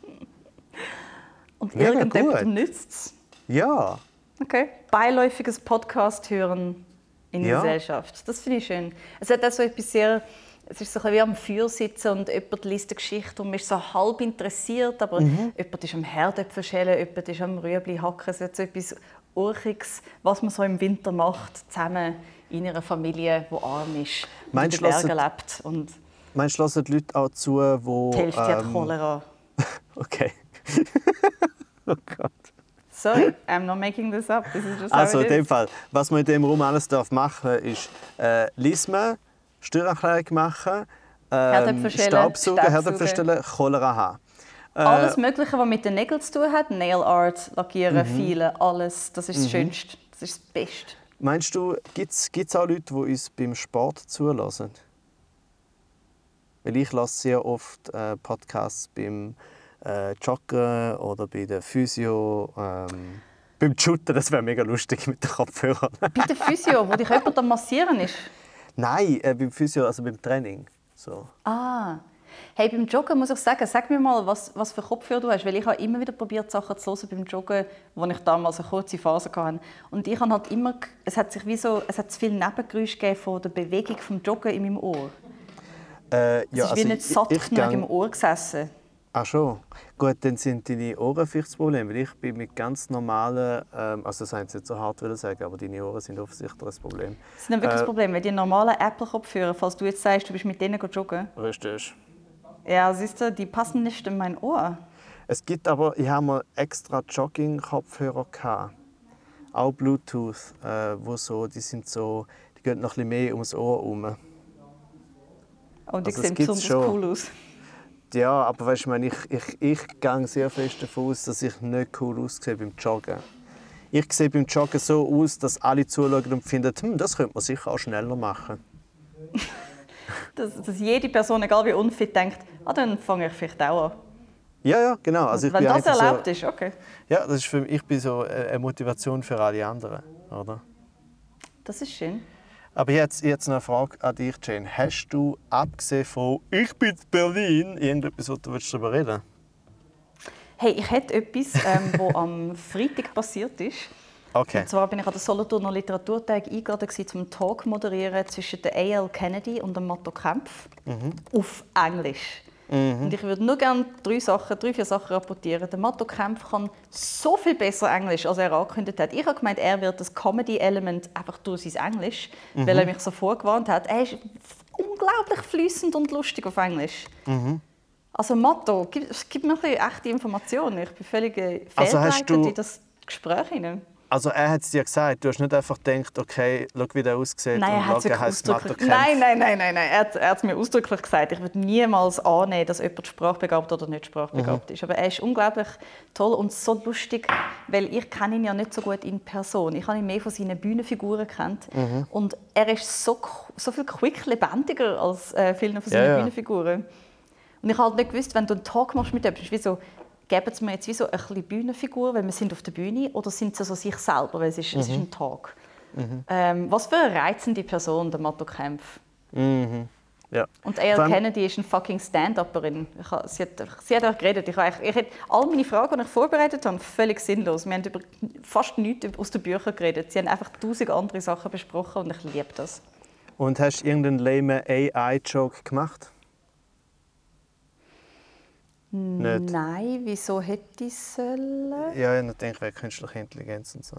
Und Mega irgendjemandem gut. nützt es. Ja. Okay. Beiläufiges Podcast hören in der Ja. Gesellschaft. Das finde ich schön. Es hat auch so etwas sehr, es ist so ein bisschen wie am Feuer sitzen und jemand liest eine Geschichte und man ist so halb interessiert, aber Mhm. jemand ist am Herdöpfel schälen, jemand ist am Rüebli hacken. Es hat so etwas Urchiges, was man so im Winter macht, zusammen in einer Familie, die arm ist und Meinst in du, den Bergen hört- lebt. Und Meinst du, hören die Leute auch zu, wo... die Hälfte hat ähm, Cholera. Okay. Oh Gott. Sorry, I'm not making this up. This is just Also how in it dem is. Fall, was man in diesem Raum alles darf machen darf, ist äh, Lismen, Steuererklärung machen, ähm, Herdöpfel schälen, Staubsaugen, Staubsaugen. Herdöpfel stellen, Cholera haben. Äh, Alles Mögliche, was mit den Nägeln zu tun hat, Nail Art, Lackieren, Mhm. Feilen, alles, das ist das Schönste, das ist das Beste. Meinst du, gibt es auch Leute, die uns beim Sport zulassen? Weil ich lasse sehr oft äh, Podcasts beim äh, Joggen oder bei der Physio, ähm, beim Shooten. Das wäre mega lustig mit den Kopfhörern. Bei der Physio, wo dich jemand am Massieren ist. Nein, äh, beim Physio, also beim Training. So. Ah. Hey, beim Joggen muss ich sagen, sag mir mal, was, was für Kopfhörer du hast. Weil ich habe immer wieder probiert, Sachen zu hören beim Joggen, wo ich damals eine kurze Phase hatte. Und ich habe halt immer, es hat sich wie so, es hat zu viele Nebengeräusche gegeben von der Bewegung vom Joggen in meinem Ohr. Äh, Es ist wie nicht satt ich, ich genug gang- im Ohr gesessen. Ach schon. Gut, dann sind deine Ohren vielleicht das Problem, weil ich bin mit ganz normalen, ähm, also das haben sie nicht so hart wollen sagen, aber deine Ohren sind offensichtlich ein Problem. Das ist nicht wirklich Äh, das Problem, weil die normalen Apple-Kopfhörer, falls du jetzt sagst, du bist mit denen joggen, Richtig. ja, siehst du, die passen nicht in mein Ohr. Es gibt aber, ich habe mal extra Jogging-Kopfhörer gehabt. Auch Bluetooth, äh, wo so, die sind so, die gehen noch ein bisschen mehr ums Ohr herum. Und die Also, es sehen gibt's besonders schon. cool aus. Ja, aber weißt du, ich, meine, ich, ich, ich gehe sehr fest davon aus, dass ich nicht cool aussehe beim Joggen. Ich sehe beim Joggen so aus, dass alle zuschauen und finden, hm, das könnte man sicher auch schneller machen. Dass, dass jede Person, egal wie unfit, denkt, ah, dann fange ich vielleicht auch an. Ja, ja, genau. Also ich Wenn bin das eigentlich erlaubt so, ist, okay. ja, das ist für mich, ich bin so eine Motivation für alle anderen, oder? Das ist schön. Aber jetzt, jetzt noch eine Frage an dich, Jane. Hast du, abgesehen von «Ich bin in Berlin», irgendetwas, was du darüber reden willst? Hey, ich hätte etwas, ähm, was am Freitag passiert ist. Okay. Und zwar bin ich an den Solothurner Literaturtag eingeladen, um einen Talk zu moderieren zwischen der A L Kennedy und dem Matto Kempf auf Englisch. Und ich würde nur gerne drei, Sachen, drei, vier Sachen rapportieren. Der Matto Kempf kann so viel besser Englisch, als er angekündigt hat. Ich habe gemeint, er wird das Comedy-Element einfach durch sein Englisch, weil er mich so vorgewarnt hat. Er ist unglaublich fließend und lustig auf Englisch. Also Matto, gib, gib mir ein bisschen echte Informationen. Ich bin völlig äh, Also hast fehlgeleitet du- in das Gespräch hinein. Also er hat es dir gesagt, du hast nicht einfach gedacht, okay, schau, wie der aussieht nein, er und schau, er heisst ausdrücklich... Nein, nein, nein, nein, nein. Er hat, er hat es mir ausdrücklich gesagt. Ich würde niemals annehmen, dass jemand sprachbegabt oder nicht sprachbegabt mhm. ist. Aber er ist unglaublich toll und so lustig, weil ich kenne ihn ja nicht so gut in Person. Ich habe ihn mehr von seinen Bühnenfiguren kennt mhm. und er ist so, so viel quick lebendiger als äh, viele von seinen ja, ja. Bühnenfiguren. Und ich habe halt nicht gewusst, wenn du einen Talk machst mit jemandem, ist wie so, geben sie mir jetzt wie so eine kleine Bühnenfigur, weil wir sind auf der Bühne, oder sind sie so sich selber, weil es ist, mhm. es ist ein Talk. Mhm. Ähm, was für eine reizende Person, der Matto Kempf. Mhm. Ja. Und A L Kennedy ist eine fucking Stand-Upperin. Sie hat, sie hat auch geredet. Ich, ich, ich hätte all meine Fragen, die ich vorbereitet habe, völlig sinnlos. Wir haben über fast nichts aus den Büchern geredet. Sie haben einfach tausend andere Sachen besprochen und ich liebe das. Und hast du irgendeinen lame A I-Joke gemacht? Nicht. Nein, wieso hätte ich sollen? Ja, ich denke, wegen künstlicher Intelligenz und so.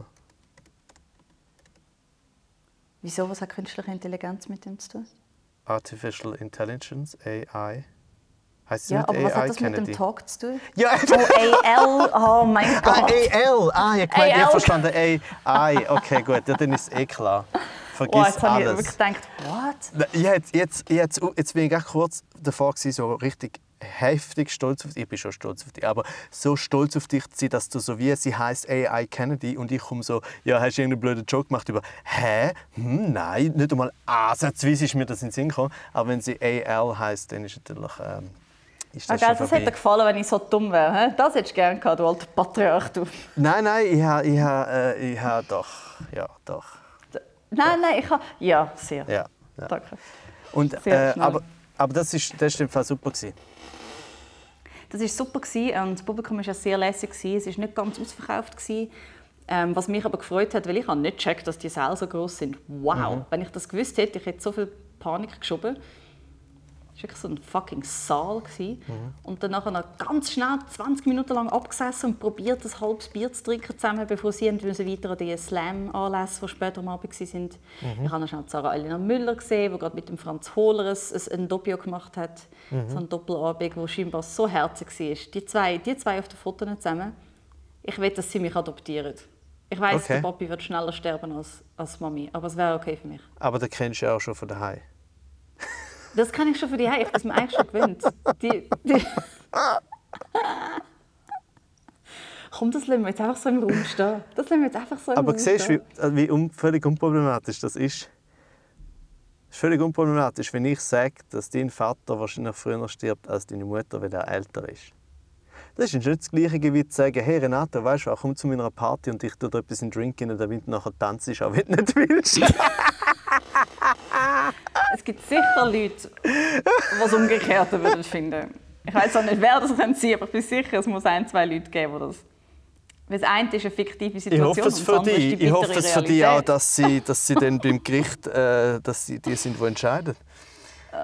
Wieso? Was hat künstliche Intelligenz mit dem zu tun? Artificial Intelligence, A I. Heißt es ja, nicht aber A I was hat das Kennedy? mit dem Talk zu tun? Ja, oh, A L, oh mein Gott. Ah, A L, ah, ich habe ja verstanden, A I. Okay, gut, ja, dann ist es eh klar. Vergiss oh, jetzt alles. habe ich wirklich gedacht, what? Jetzt, jetzt, jetzt, jetzt bin ich ganz kurz davor gewesen, so richtig heftig stolz auf dich. Ich bin schon stolz auf dich, aber so stolz auf dich zu sein, dass du so wie sie heisst A I Kennedy und ich komme so, ja, hast du irgendeinen blöden Joke gemacht über, hä? Hm, nein, nicht einmal ansatzweise ist mir das in den Sinn gekommen. Aber wenn sie A L heisst, dann ist natürlich ähm, ist das, okay, das hätte dir gefallen, wenn ich so dumm wäre. Das hättest du gerne gehabt, du alter Patriarch. Du. Nein, nein, ich habe ich ha, äh, ich ha doch, ja, doch. Nein, nein, ich habe, ja, sehr. Ja, ja. Danke. Und, äh, aber, aber das ist, das ist im Fall super gewesen. Das war super und das Publikum war sehr lässig. Es war nicht ganz ausverkauft. Ähm, was mich aber gefreut hat, weil ich nicht gecheckt, dass die Säle so groß sind. Wow! Mhm. Wenn ich das gewusst hätte, ich hätte so viel Panik geschoben. Es war wirklich so ein fucking Saal. Mhm. Und dann nachher noch ganz schnell zwanzig Minuten lang abgesessen und probiert, ein halbes Bier zu trinken zusammen, bevor sie weiter an die Slam-Anlässe, die später am Abend waren. Mhm. Ich habe noch schnell Sarah Elena Müller gesehen, die gerade mit dem Franz Hohler ein, ein Doppio gemacht hat. Mhm. So ein Doppelabend, der scheinbar so herzig war. Die zwei, die zwei auf den Fotos zusammen. Ich will, dass sie mich adoptieren. Ich weiss, okay. Der Papi wird schneller sterben als, als Mami, aber es wäre okay für mich. Aber den kennst du ja auch schon von daheim. Das kann ich schon für die Hause. Ich bin mir eigentlich schon gewöhnt. Die, die Komm, das lassen wir jetzt einfach so im Raum stehen. Das lassen wir jetzt einfach so im Aber Raum siehst du, wie, wie un, völlig unproblematisch das ist? Es ist völlig unproblematisch, wenn ich sage, dass dein Vater wahrscheinlich früher stirbt als deine Mutter, weil er älter ist. Das ist nicht das Gleiche wie zu sagen, hey Renato, weißt du, komm zu meiner Party und ich tue dir etwas in den Drink rein, damit du nachher tanzt, auch wenn du nicht willst. Es gibt sicher Leute, die es umgekehrt würden finden. Ich weiß auch nicht, wer das sein könnte, aber ich bin sicher, es muss ein, zwei Leute geben, die das. Weil das eine ist eine fiktive Situation. Ich hoffe es für dich. Ich hoffe es für dich auch, dass sie, dass sie dann beim Gericht, äh, dass sie die sind, die entscheiden. Äh,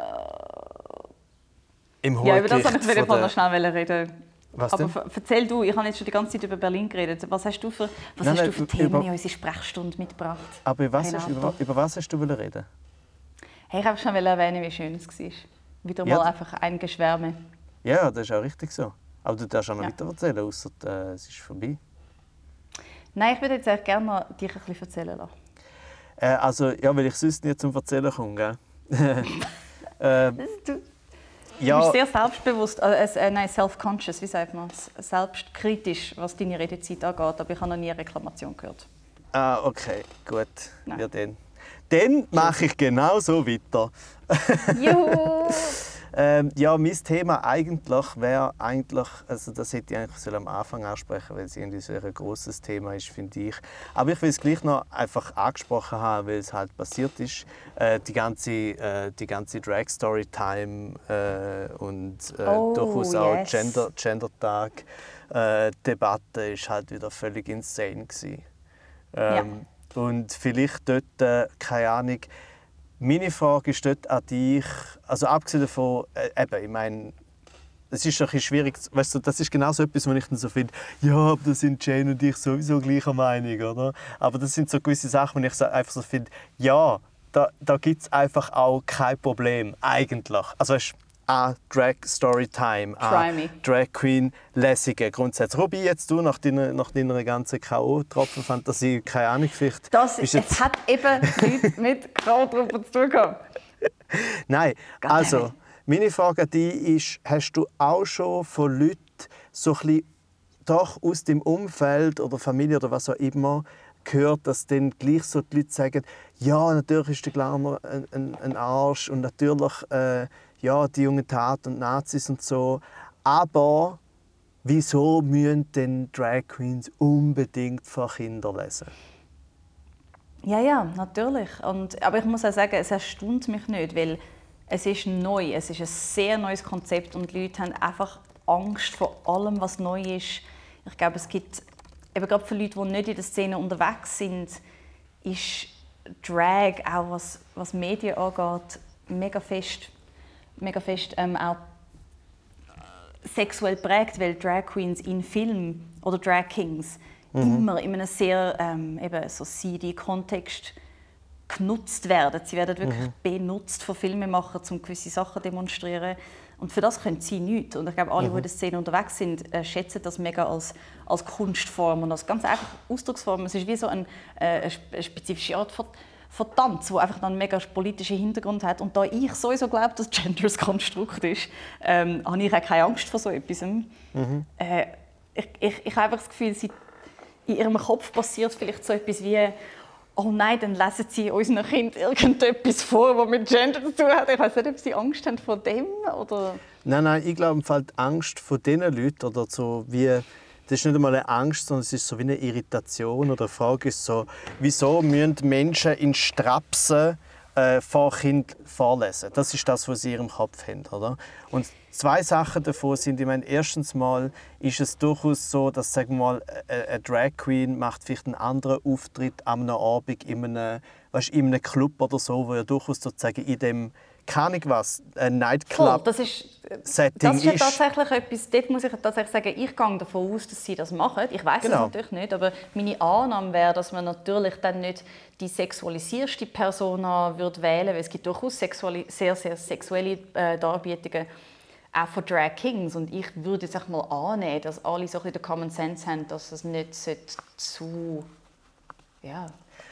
Im ja, über das wollte ich auf jeden Fall noch schnell reden. Was aber denn? Erzähl du, ich habe jetzt schon die ganze Zeit über Berlin geredet. Was hast du für, was nein, hast du für Themen über, in unsere Sprechstunde mitgebracht? Aber über was, hast, über, über was hast du reden? Hey, ich wollte schon erwähnen, wie schön es war. Wieder mal ja. einfach ein Geschwärme. Ja, das ist auch richtig so. Aber du darfst auch noch ja. weiter erzählen, außer äh, es ist vorbei. Nein, ich würde jetzt echt gerne noch dich ein bisschen erzählen lassen. Äh, also, ja, weil ich sonst nicht zum Erzählen komme, gell? äh, du, ja. du bist sehr selbstbewusst, äh, äh, nein, self-conscious, wie sagt man es? Selbstkritisch, was deine Redezeit angeht, aber ich habe noch nie eine Reklamation gehört. Ah, okay, gut. Nein. Ja, dann. Dann mache ich genau so weiter. Juhu! ähm, ja, mein Thema eigentlich wäre eigentlich, also das hätte ich eigentlich am Anfang ansprechen, weil es irgendwie so ein grosses Thema ist, finde ich. Aber ich will es gleich noch einfach angesprochen haben, weil es halt passiert ist. Äh, die ganze, äh, die ganze Drag Storytime äh, und äh, oh, durchaus auch yes. Gender, Gender-Tag äh, Debatte ist halt wieder völlig insane gewesen. Ähm, ja. Und vielleicht dort, äh, keine Ahnung, meine Frage ist dort an dich, also abgesehen davon, äh, eben, ich meine, es ist ein bisschen schwierig, weißt du, das ist genau so etwas, wo ich dann so finde, ja, aber da sind Jane und ich sowieso gleicher Meinung, oder? Aber das sind so gewisse Sachen, wo ich so einfach so finde, ja, da, da gibt es einfach auch kein Problem, eigentlich. Also weißt, an Drag Storytime, an Drag Queen Lesungen grundsätzlich. Wobei jetzt du nach deiner, nach deiner ganzen K O-Tropfen-Fantasie, keine Ahnung, vielleicht... Das, es jetzt... hat eben nichts mit K O-Tropfen zu tun gehabt. Nein, also meine Frage an dich ist, hast du auch schon von Leuten so ein bisschen doch aus dem Umfeld oder Familie oder was auch immer gehört, dass dann gleich so die Leute sagen, ja, natürlich ist der Glamour ein, ein, ein Arsch und natürlich äh, ja, die jungen Taten und Nazis und so, aber wieso müssen denn Drag Queens unbedingt von Kindern lesen? Ja, ja, natürlich. Und, aber ich muss auch sagen, es erstaunt mich nicht, weil es ist neu, es ist ein sehr neues Konzept und die Leute haben einfach Angst vor allem, was neu ist. Ich glaube, es gibt, eben gerade für Leute, die nicht in der Szene unterwegs sind, ist Drag, auch was, was Medien angeht, mega fest, mega fest ähm, auch sexuell prägt, weil Drag Queens in Filmen oder Drag Kings mhm. immer in einem sehr ähm, eben so seedy Kontext genutzt werden. Sie werden wirklich mhm. benutzt von Filmemachern, um gewisse Sachen zu demonstrieren. Und für das können sie nichts. Und ich glaube, alle, mhm. die in der Szene unterwegs sind, äh, schätzen das mega als, als Kunstform und als ganz einfache Ausdrucksform. Es ist wie so ein, äh, eine spezifische Art von, von Tanz, die einfach einen mega politischen Hintergrund hat. Und da ich sowieso glaube, dass Gender ein Konstrukt ist, ähm, habe ich auch keine Angst vor so etwas. Mhm. Äh, ich, ich, ich habe einfach das Gefühl, sie, in ihrem Kopf passiert vielleicht so etwas wie «Oh nein, dann lesen sie unseren Kindern irgendetwas vor, das mit Gender zu tun hat.» Ich weiß nicht, ob sie Angst haben vor dem, oder... Nein, nein, ich glaube, die Angst vor diesen Leuten, oder so wie, das ist nicht einmal eine Angst, sondern es ist so wie eine Irritation. Oder die Frage ist so, wieso müssen Menschen in Strapsen äh, vor Kindern vorlesen? Das ist das, was sie in ihrem Kopf haben. Oder? Und zwei Sachen davon sind, ich meine, erstens mal ist es durchaus so, dass, sagen wir mal, eine Drag Queen macht vielleicht einen anderen Auftritt am Abend in einem, weißt, in einem Club oder so, wo ja durchaus sozusagen in dem, keine Ahnung was, ein Nightclub das ist, Setting das ist ja tatsächlich etwas, dort muss ich tatsächlich sagen, ich gehe davon aus, dass sie das machen. Ich weiß genau. es natürlich nicht, aber meine Annahme wäre, dass man natürlich dann nicht die sexualisierste Persona würde wählen würde, weil es gibt durchaus sexuali- sehr, sehr sexuelle äh, Darbietungen, auch von Drag Kings. Und ich würde jetzt mal annehmen, dass alle so ein bisschen den Common Sense haben, dass es nicht zu... Ja,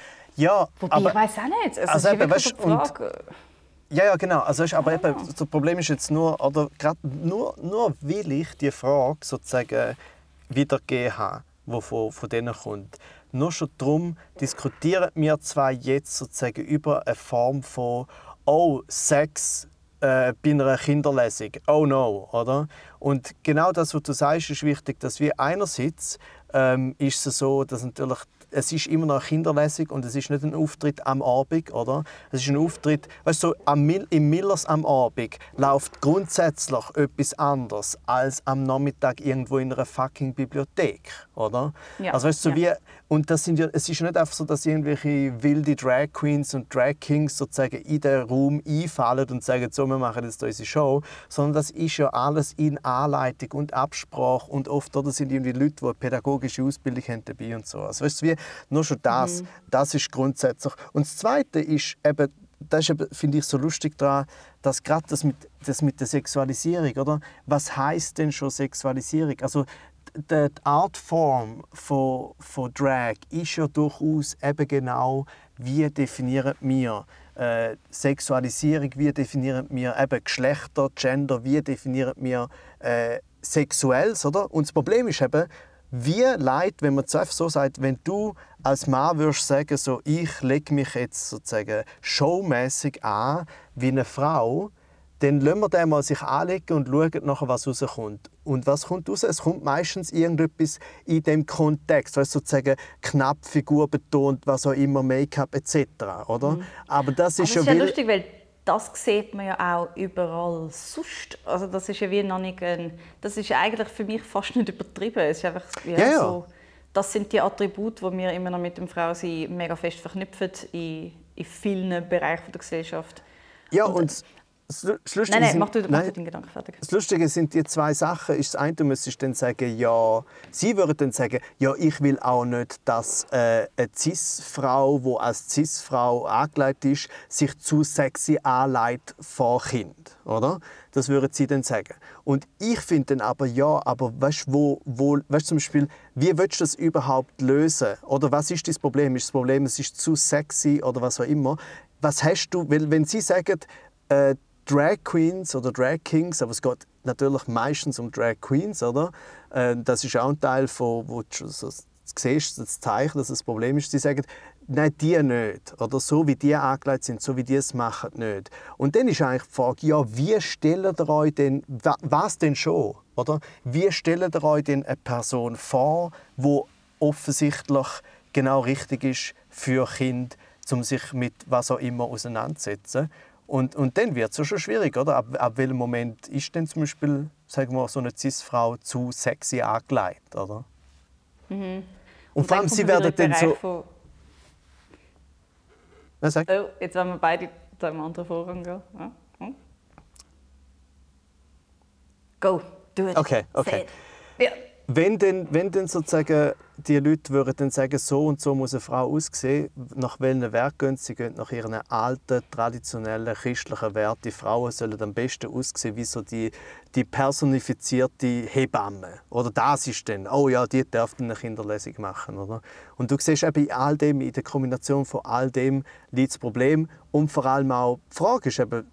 ja wobei, aber, ich weiß auch nicht. Es also ist eben, wirklich weißt, eine Frage. Und, ja, ja, genau. Also, aber ah. eben, das Problem ist jetzt nur, oder gerade nur, nur weil ich die Frage sozusagen wiedergegeben habe, die von, von denen kommt. Nur schon darum diskutieren wir zwei jetzt sozusagen über eine Form von «Oh, Sex äh, bei einer Kinderlesung. Oh no», oder? Und genau das, was du sagst, ist wichtig, dass wir einerseits ähm, ist es so, dass natürlich es ist immer noch eine Kinderlesung und es ist nicht ein Auftritt am Abend, oder? Es ist ein Auftritt, weißt du, so, am Mil- im Millers am Abend läuft grundsätzlich etwas anderes als am Nachmittag irgendwo in einer fucking Bibliothek, oder? Ja. Also weißt du, so ja. wie, und das sind ja, es ist nicht einfach so, dass irgendwelche wilde Drag Queens und Drag Kings sozusagen in den Raum einfallen und sagen, so, wir machen jetzt unsere Show, sondern das ist ja alles in Anleitung und Absprache und oft oder sind irgendwie Leute, die eine pädagogische Ausbildung haben dabei und so. Also weißt du, wie, nur schon das, mhm. das ist grundsätzlich. Und das Zweite ist eben, das ist eben, finde ich so lustig daran, dass gerade das mit, das mit der Sexualisierung, oder? Was heisst denn schon Sexualisierung? Also die Artform von, von Drag ist ja durchaus eben genau, wie definieren wir äh, Sexualisierung, wie definieren wir eben Geschlechter, Gender, wie definieren wir äh, Sexuelles, oder? Und das Problem ist eben, wie leid, wenn man es einfach so sagt, wenn du als Mann würdest sagen, so, ich lege mich jetzt sozusagen showmäßig an wie eine Frau, dann lassen wir den mal sich anlegen und schauen nachher, was rauskommt. Und was kommt raus? Es kommt meistens irgendetwas in dem Kontext, weißt, sozusagen knapp Figur betont, was auch immer, Make-up et cetera. Oder? Mhm. Aber das ist, Aber ja, ist ja lustig, weil das sieht man ja auch überall sonst. Also das ist ja wie noch nicht ein, das ist eigentlich für mich fast nicht übertrieben. Es ist einfach, ja, ja, ja. So, das sind die Attribute, die wir immer noch mit dem Frausein mega fest verknüpfen in, in vielen Bereichen der Gesellschaft. Ja, und, und Das Lustige Nein, nein, sind, mach du, mach nein, du den Gedanken fertig. Das Lustige sind die zwei Sachen. Ist das eine, du müsstest dann sagen, ja, sie würden dann sagen, ja, ich will auch nicht, dass äh, eine Cis-Frau, die als Cis-Frau angelegt ist, sich zu sexy anlegt vor Kind, oder? Das würden sie dann sagen. Und ich finde dann aber, ja, aber weißt, wo, wo, weißt, zum Beispiel, wie willst du das überhaupt lösen? Oder was ist das Problem? Ist das Problem, es ist zu sexy oder was auch immer? Was hast du, weil wenn sie sagen, äh, Drag Queens oder Drag Kings, aber es geht natürlich meistens um Drag Queens, oder? Äh, das ist auch ein Teil von, wo du so, siehst, das Zeichen, dass das Problem ist. Sie sagen, nein, die nicht, oder so wie die angelegt sind, so wie die es machen, nicht. Und dann ist eigentlich die Frage, ja, wie stellt ihr euch denn, was denn schon, oder? Wie stellt ihr euch denn eine Person vor, die offensichtlich genau richtig ist für Kinder, um sich mit was auch immer auseinanderzusetzen? Und, und dann wird es ja schon schwierig, oder? Ab, ab welchem Moment ist denn zum Beispiel, sagen wir, so eine Cis-Frau zu sexy angelegt, oder? Mhm. Und, und vor allem, sie werden dann so... Von... Ja, sag. Oh, jetzt wollen wir beide zu einem anderen Vorgang gehen. Ja. Hm? Go, do it. Okay, okay. Ja. Wenn denn, wenn denn sozusagen die Leute würden dann sagen, so und so muss eine Frau aussehen, nach welchen Wert gehen sie? Gehen nach ihren alten, traditionellen, christlichen Werten. Die Frauen sollen am besten aussehen wie so die, die personifizierte Hebamme. Oder das ist dann, oh ja, die darf dann eine Kinderlesung machen. Oder? Und du siehst eben in all dem, in der Kombination von all dem liegt das Problem. Und vor allem auch die Frage ist eben,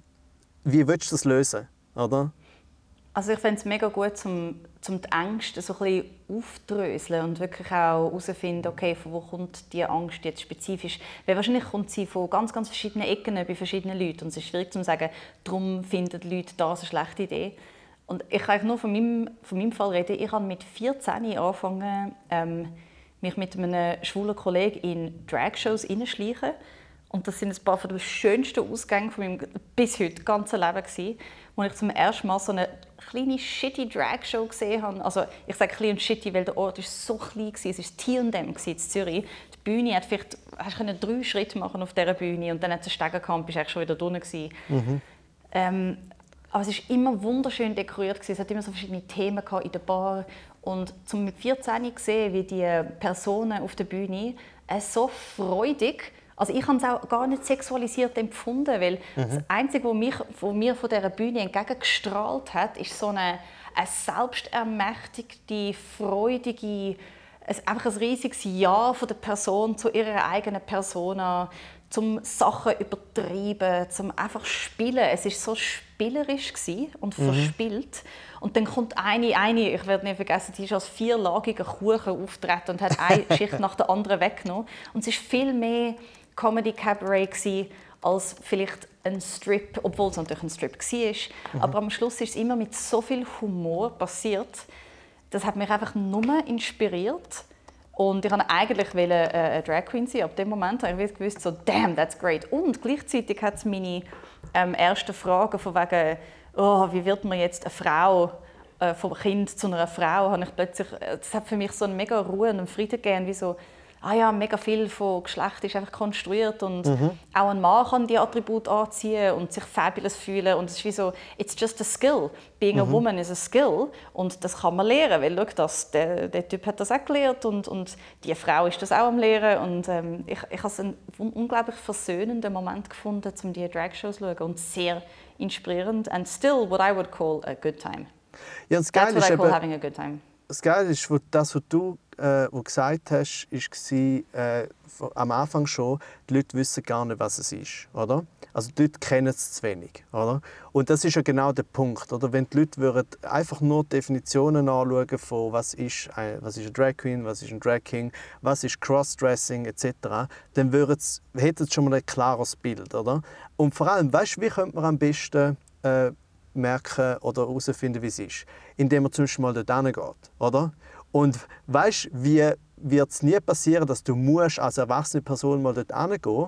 wie willst du das lösen? Oder? Also ich fände es mega gut, um, um die Ängste so ein bisschen aufzudröseln und wirklich auch herauszufinden, okay, von wo kommt diese Angst jetzt spezifisch. Weil wahrscheinlich kommt sie von ganz, ganz verschiedenen Ecken bei verschiedenen Leuten. Und es ist schwierig zu sagen, darum finden die Leute das eine schlechte Idee. Und ich kann nur von meinem, von meinem Fall reden. Ich habe mit vierzehn angefangen, ähm, mich mit einem schwulen Kollegen in Dragshows hineinzuschleichen. Und das sind ein paar der schönsten Ausgänge von meinem bis heute ganzen Leben gewesen, wo ich zum ersten Mal so eine kleine shitty Drag-Show gesehen habe. Also ich sage klein und shitty, weil der Ort ist so klein war. Es war T und M in Zürich. Die Bühne hat vielleicht, hast du drei Schritte machen auf dieser Bühne und dann hat es einen Stegen gehabt und bist schon wieder drin gewesen. Mhm. Ähm, aber es war immer wunderschön dekoriert gewesen. Es hat immer so verschiedene Themen in der Bar. Und zum mit vierzehn zu sehen, wie die Personen auf der Bühne äh, so freudig. Also ich habe es auch gar nicht sexualisiert empfunden, weil mhm. das Einzige, was mich, was mir von dieser Bühne entgegengestrahlt hat, ist so eine, eine selbstermächtigte, freudige, ein, einfach ein riesiges Ja von der Person zu ihrer eigenen Persona, zum Sachen übertreiben, zum einfach spielen. Es war so spielerisch und mhm. verspielt. Und dann kommt eine, eine, ich werde nicht vergessen, die ist als vierlagiger Kuchen auftreten und hat eine Schicht nach der anderen weggenommen. Und es ist viel mehr Comedy Cabaret gewesen, als vielleicht ein Strip, obwohl es natürlich ein Strip war. Mhm. Aber am Schluss ist es immer mit so viel Humor passiert. Das hat mich einfach nur inspiriert. Und ich wollte eigentlich eine Drag Queen sein. Ab dem Moment habe ich gewusst, so, damn, that's great. Und gleichzeitig hat es meine ähm, ersten Fragen von wegen, oh, wie wird man jetzt eine Frau äh, vom Kind zu einer Frau? Habe ich plötzlich, das hat für mich so eine mega Ruhe und einen Frieden gegeben, wie so, ah ja, mega viel von Geschlecht ist einfach konstruiert und mhm. auch ein Mann kann die Attribute anziehen und sich fabulous fühlen und es ist wie so, it's just a skill. Being mhm. a woman is a skill und das kann man lernen, weil schau, das, der, der Typ hat das auch gelernt und, und die Frau ist das auch am Lernen und ähm, ich, ich habe einen unglaublich versöhnenden Moment gefunden, um diese Dragshows zu schauen und sehr inspirierend and still what I would call a good time. Ja, das Geile That's what ist I call eben, having a good time. Das Geile ist, das, was du äh, was gesagt hast, war äh, am Anfang schon, die Leute wissen gar nicht, was es ist. Oder? Also die Leute kennen es zu wenig. Oder? Und das ist ja genau der Punkt. Oder? Wenn die Leute würden einfach nur Definitionen anschauen von was ist, ein, was ist eine Drag Queen, was ist ein Drag King, was ist Crossdressing et cetera, dann hätten sie schon mal ein klares Bild. Oder? Und vor allem, weißt, wie könnte man am besten äh, merken oder herausfinden, wie es ist, indem man zum Beispiel mal dort hingeht, oder? Und weißt, wie wird es nie passieren, dass du musst als erwachsene Person mal dort hingehen musst,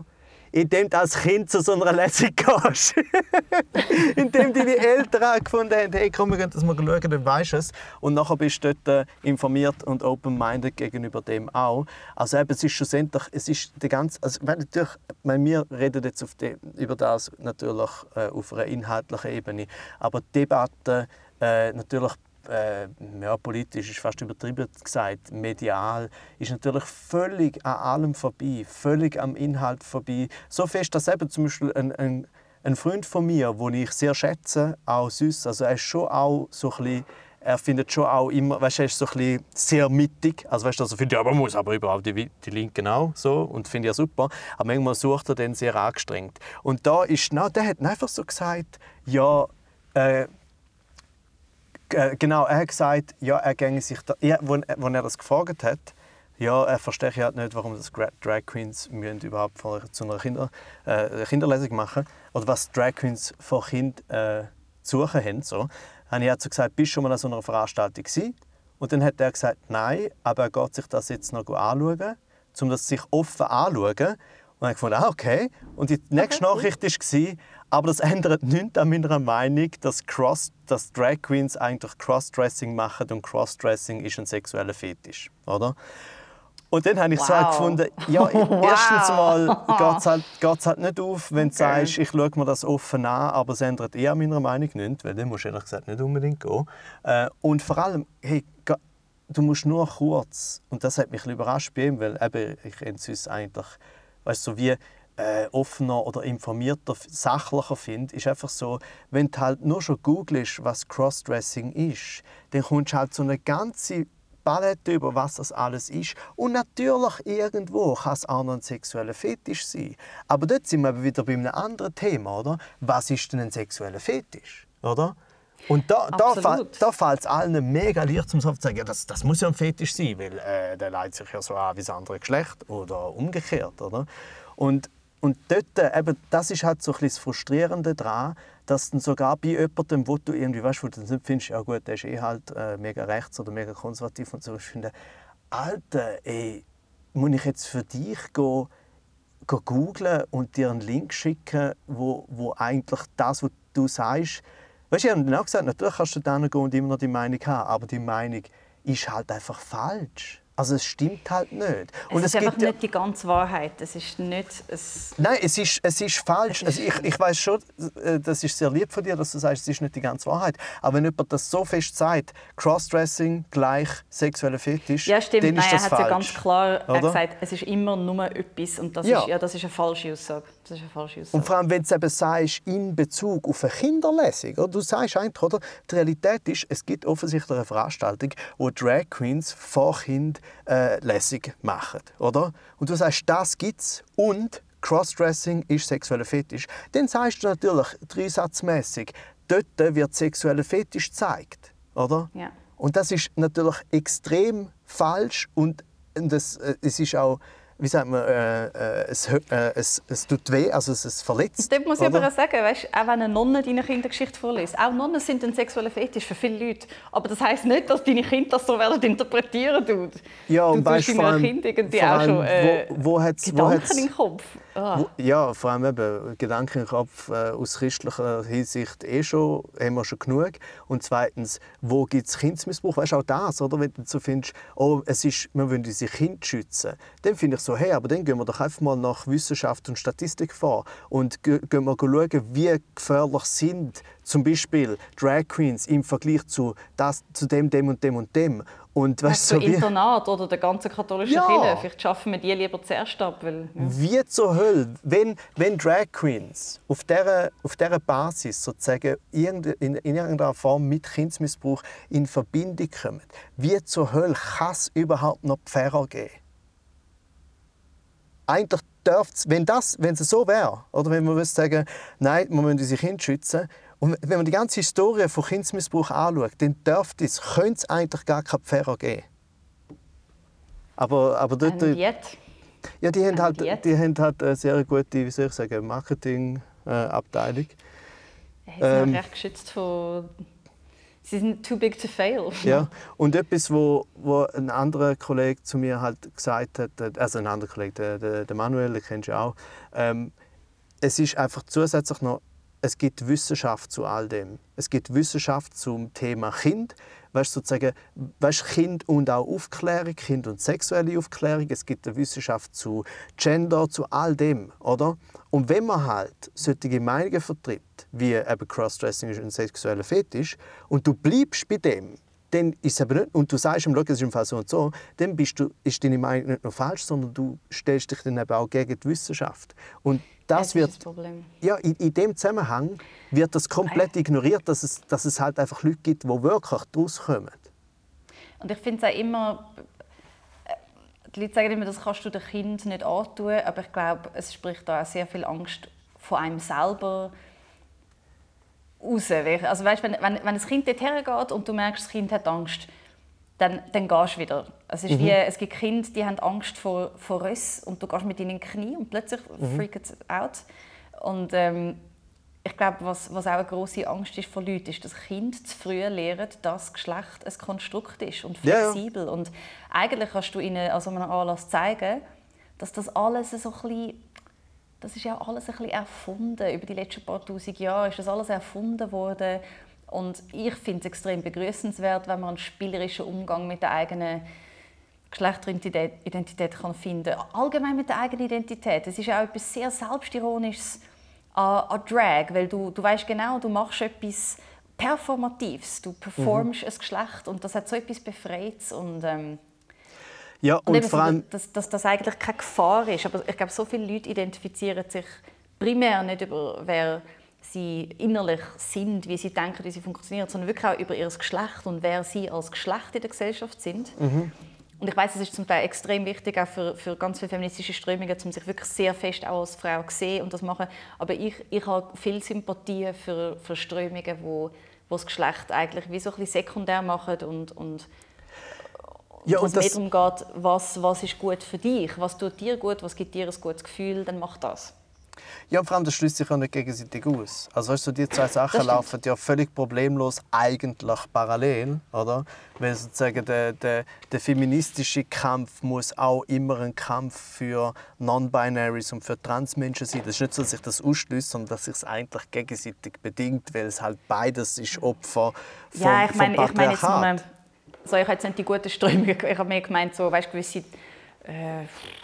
indem du als Kind zu so einer Lesung gehst. Indem deine Eltern auch gefunden haben, hey, komm, wir gehen das mal schauen, dann weisst du es. Und nachher bist du dort informiert und open-minded gegenüber dem auch. Also eben, es ist schlussendlich, es ist die ganze, also natürlich, wir reden jetzt auf die, über das natürlich äh, auf einer inhaltlichen Ebene, aber die Debatte äh, natürlich Äh, ja, politisch ist fast übertrieben gesagt, medial, ist natürlich völlig an allem vorbei, völlig am Inhalt vorbei. So fest, dass eben zum Beispiel ein, ein, ein Freund von mir, den ich sehr schätze, auch süß, also er ist schon auch so ein bisschen, er findet schon auch immer, weißt, er ist so ein bisschen sehr mittig, also weißt du, also findet ja, man muss aber überall die, die Linken auch so und finde ja super, aber manchmal sucht er dann sehr angestrengt. Und da ist, na, der hat einfach so gesagt, ja, äh, Genau, er hat gesagt, ja, er gänge sich da, ja, als er das gefragt hat, ja, er verstehe halt nicht, warum das Drag Queens überhaupt vor, zu einer Kinder, äh, Kinderlesung machen oder was Drag Queens vor Kind äh, zu suchen haben. So. Habe ich also gesagt, bist du schon mal an so einer Veranstaltung gewesen? Und dann hat er gesagt, nein, aber er geht sich das jetzt noch anschauen, um das sich offen anzuschauen. Und ich fand, ah, okay. Und die nächste okay, Nachricht war, aber das ändert nichts an meiner Meinung, dass, Cross, dass Drag Queens eigentlich Crossdressing machen und Crossdressing ist ein sexueller Fetisch, oder? Und dann habe ich wow. so halt gefunden, ja, wow. erstens mal geht es halt, geht's halt nicht auf, wenn okay. du sagst, ich schaue mir das offen an, aber es ändert eher an meiner Meinung nichts, weil dann musst du ehrlich gesagt nicht unbedingt gehen. Äh, und vor allem, hey, du musst nur kurz, und das hat mich überrascht bei ihm, weil eben, ich es eigentlich, weißt du, so wie äh, offener oder informierter, sachlicher finde, ist einfach so, wenn du halt nur schon googelst, was Crossdressing ist, dann kommst du halt so eine ganze Palette über, was das alles ist. Und natürlich irgendwo kann es auch noch ein sexueller Fetisch sein. Aber dort sind wir wieder bei einem anderen Thema, oder? Was ist denn ein sexueller Fetisch, oder? Und da, da, da fällt es allen mega leicht, um zu sagen, ja, das, das muss ja ein Fetisch sein, weil äh, der leitet sich ja so an wie das andere Geschlecht oder umgekehrt, oder? Und, und dort, eben, das ist halt so ein bisschen das Frustrierende daran, dass dann sogar bei jemandem, wo du irgendwie, weißt, wo du nicht findest, ja gut, der ist eh halt äh, mega rechts oder mega konservativ und so, ich finde, Alter, ey, muss ich jetzt für dich gehen, gehen googlen und dir einen Link schicken, wo, wo eigentlich das, was du sagst, weißt du, ich habe dann auch gesagt, natürlich kannst du da gehen und immer noch die Meinung haben, aber die Meinung ist halt einfach falsch. Also es stimmt halt nicht. Und es ist es einfach nicht die ganze Wahrheit. Es ist nicht... Es Nein, es ist, es ist falsch. Es ist also ich ich weiß schon, das ist sehr lieb von dir, dass du sagst, es ist nicht die ganze Wahrheit. Aber wenn jemand das so fest sagt, Crossdressing gleich sexueller Fetisch, ja, stimmt. dann ist Nein, das er hat falsch. Ja ganz klar er gesagt, es ist immer nur etwas. Und das, ja. Ist, ja, das ist eine falsche Aussage. Das ist eine falsche Aussage. Und vor allem, wenn du eben sagst, in Bezug auf eine Kinderlesung, oder? Du sagst eigentlich, oder? Die Realität ist, es gibt offensichtlich eine Veranstaltung, wo Drag Queens vor Kindern äh, Lesung machen, oder? Und du sagst, das gibt's und Crossdressing ist sexueller Fetisch. Dann sagst du natürlich dreisatzmässig, dort wird sexueller Fetisch gezeigt, oder? Ja. Und das ist natürlich extrem falsch und das, es ist auch, wie sagt man, äh, äh, es, äh, es, es tut weh, also es, es verletzt. Das muss ich aber auch sagen, weißt, auch wenn eine Nonne deine Kindergeschichte vorliest, auch Nonnen sind ein sexueller Fetisch für viele Leute. Aber das heisst nicht, dass deine Kinder das so interpretieren werden. Ja, und du weißt, tust deinen Kind irgendwie auch schon äh, wo, wo hat's, Gedanken wo im Kopf. Ah. Wo, ja, vor allem eben, Gedanken im Kopf äh, aus christlicher Hinsicht eh schon, haben wir schon genug. Und zweitens, wo gibt es Kindesmissbrauch? Weißt du, auch das, oder? Wenn du so findest, oh, es ist, wir wollen unsere Kinder schützen, dann finde ich so, hey, aber dann gehen wir doch einfach mal nach Wissenschaft und Statistik vor und gehen wir schauen, wie gefährlich sind zum Beispiel Drag Queens im Vergleich zu, das, zu dem, dem und dem und dem. Und, weißt, so so Internat oder der ganzen katholischen ja. Kirche. Vielleicht schaffen wir die lieber zuerst ab. Weil, ja. Wie zur Hölle, wenn, wenn Drag Queens auf dieser, auf dieser Basis sozusagen in, in, in irgendeiner Form mit Kindesmissbrauch in Verbindung kommen, wie zur Hölle kann es überhaupt noch Pfarrer geben? Eigentlich dürft's, wenn das, wenn es so wäre, oder wenn man sagen, nein, wir müssen unsere Kinder schützen. Und wenn man die ganze Historie von Kindesmissbrauch anschaut, dann dürfte es, könnte es eigentlich gar keine Pfarrer geben. Aber, aber dort, Und jetzt? Ja, die haben, halt, die haben halt eine sehr gute, wie soll ich sagen, Marketingabteilung. Äh, ja, sie ähm, sind recht geschützt von sie sind too big to fail. Ja, und etwas, wo, wo ein anderer Kollege zu mir halt gesagt hat, also ein anderer Kollege, der, der, der Manuel, den kennst du ja auch, ähm, es ist einfach zusätzlich noch, es gibt Wissenschaft zu all dem. Es gibt Wissenschaft zum Thema Kind, weißt, sozusagen, weißt, Kind und auch Aufklärung, Kind und sexuelle Aufklärung. Es gibt eine Wissenschaft zu Gender, zu all dem, oder? Und wenn man halt solche Meinungen vertritt, wie eben Crossdressing ist ein sexueller Fetisch, und du bleibst bei dem, dann ist es eben nicht, und du sagst ihm, es ist im Fall so und so, dann bist du, ist deine Meinung nicht nur falsch, sondern du stellst dich dann eben auch gegen die Wissenschaft. Und das, das wird, ist das Problem. Ja, in, in dem Zusammenhang wird das komplett ignoriert, dass es, dass es halt einfach Leute gibt, die wirklich daraus kommen. Und ich finde es auch immer, die Leute sagen immer, das kannst du dem Kind nicht antun, aber ich glaube, es spricht da auch sehr viel Angst von einem selber raus. Also weißt, wenn, wenn, wenn ein Kind dort hergeht und du merkst, das Kind hat Angst, dann, dann gehst du wieder. Es, ist mhm. wie, es gibt Kinder, die haben Angst vor, vor Röss und du gehst mit ihnen in die Knie und plötzlich mhm. freaken sie out. Und ähm, ich glaube, was, was auch eine grosse Angst ist von Leuten, ist, dass Kinder zu früh lernen, dass Geschlecht ein Konstrukt ist und flexibel. Ja. Und eigentlich kannst du ihnen an so einem Anlass zeigen, dass das alles so ein bisschen, das ist ja alles ein bisschen erfunden. Über die letzten paar tausend Jahre ist das alles erfunden worden. Und ich finde es extrem begrüßenswert, wenn man einen spielerischen Umgang mit der eigenen Geschlechteridentität kann finden kann. Allgemein mit der eigenen Identität. Es ist ja auch etwas sehr Selbstironisches an, an Drag, weil du, du weißt genau, du machst etwas Performatives. Du performst mhm. ein Geschlecht und das hat so etwas Befreites. Und, ähm, ja, und, und vor allem, dass, dass das eigentlich keine Gefahr ist. Aber ich glaube, so viele Leute identifizieren sich primär nicht über, wer sie innerlich sind, wie sie denken, wie sie funktionieren, sondern wirklich auch über ihr Geschlecht und wer sie als Geschlecht in der Gesellschaft sind. Mhm. Und ich weiß, es ist zum Teil extrem wichtig auch für, für ganz viele feministische Strömungen, um sich wirklich sehr fest auch als Frau zu sehen und das machen. Aber ich, ich habe viel Sympathie für, für Strömungen, wo, wo das Geschlecht eigentlich wie so ein bisschen sekundär machen und, und ja, wo es mehr darum geht, was, was ist gut für dich, was tut dir gut, was gibt dir ein gutes Gefühl, dann mach das. Ja, vor allem, das schließt sich auch nicht gegenseitig aus. Also weißt du, die zwei Sachen laufen ja völlig problemlos eigentlich parallel, oder? Weil sozusagen der, der, der feministische Kampf muss auch immer ein Kampf für Non-Binaries und für Transmenschen sein. Das ist nicht so, dass sich das ausschließt, sondern dass sich es eigentlich gegenseitig bedingt, weil es halt beides ist Opfer vom, ja, ich meine, vom ich meine jetzt nur, so, ich habe jetzt nicht die guten Strömungen, ich habe mehr gemeint, so, weißt, gewisse äh,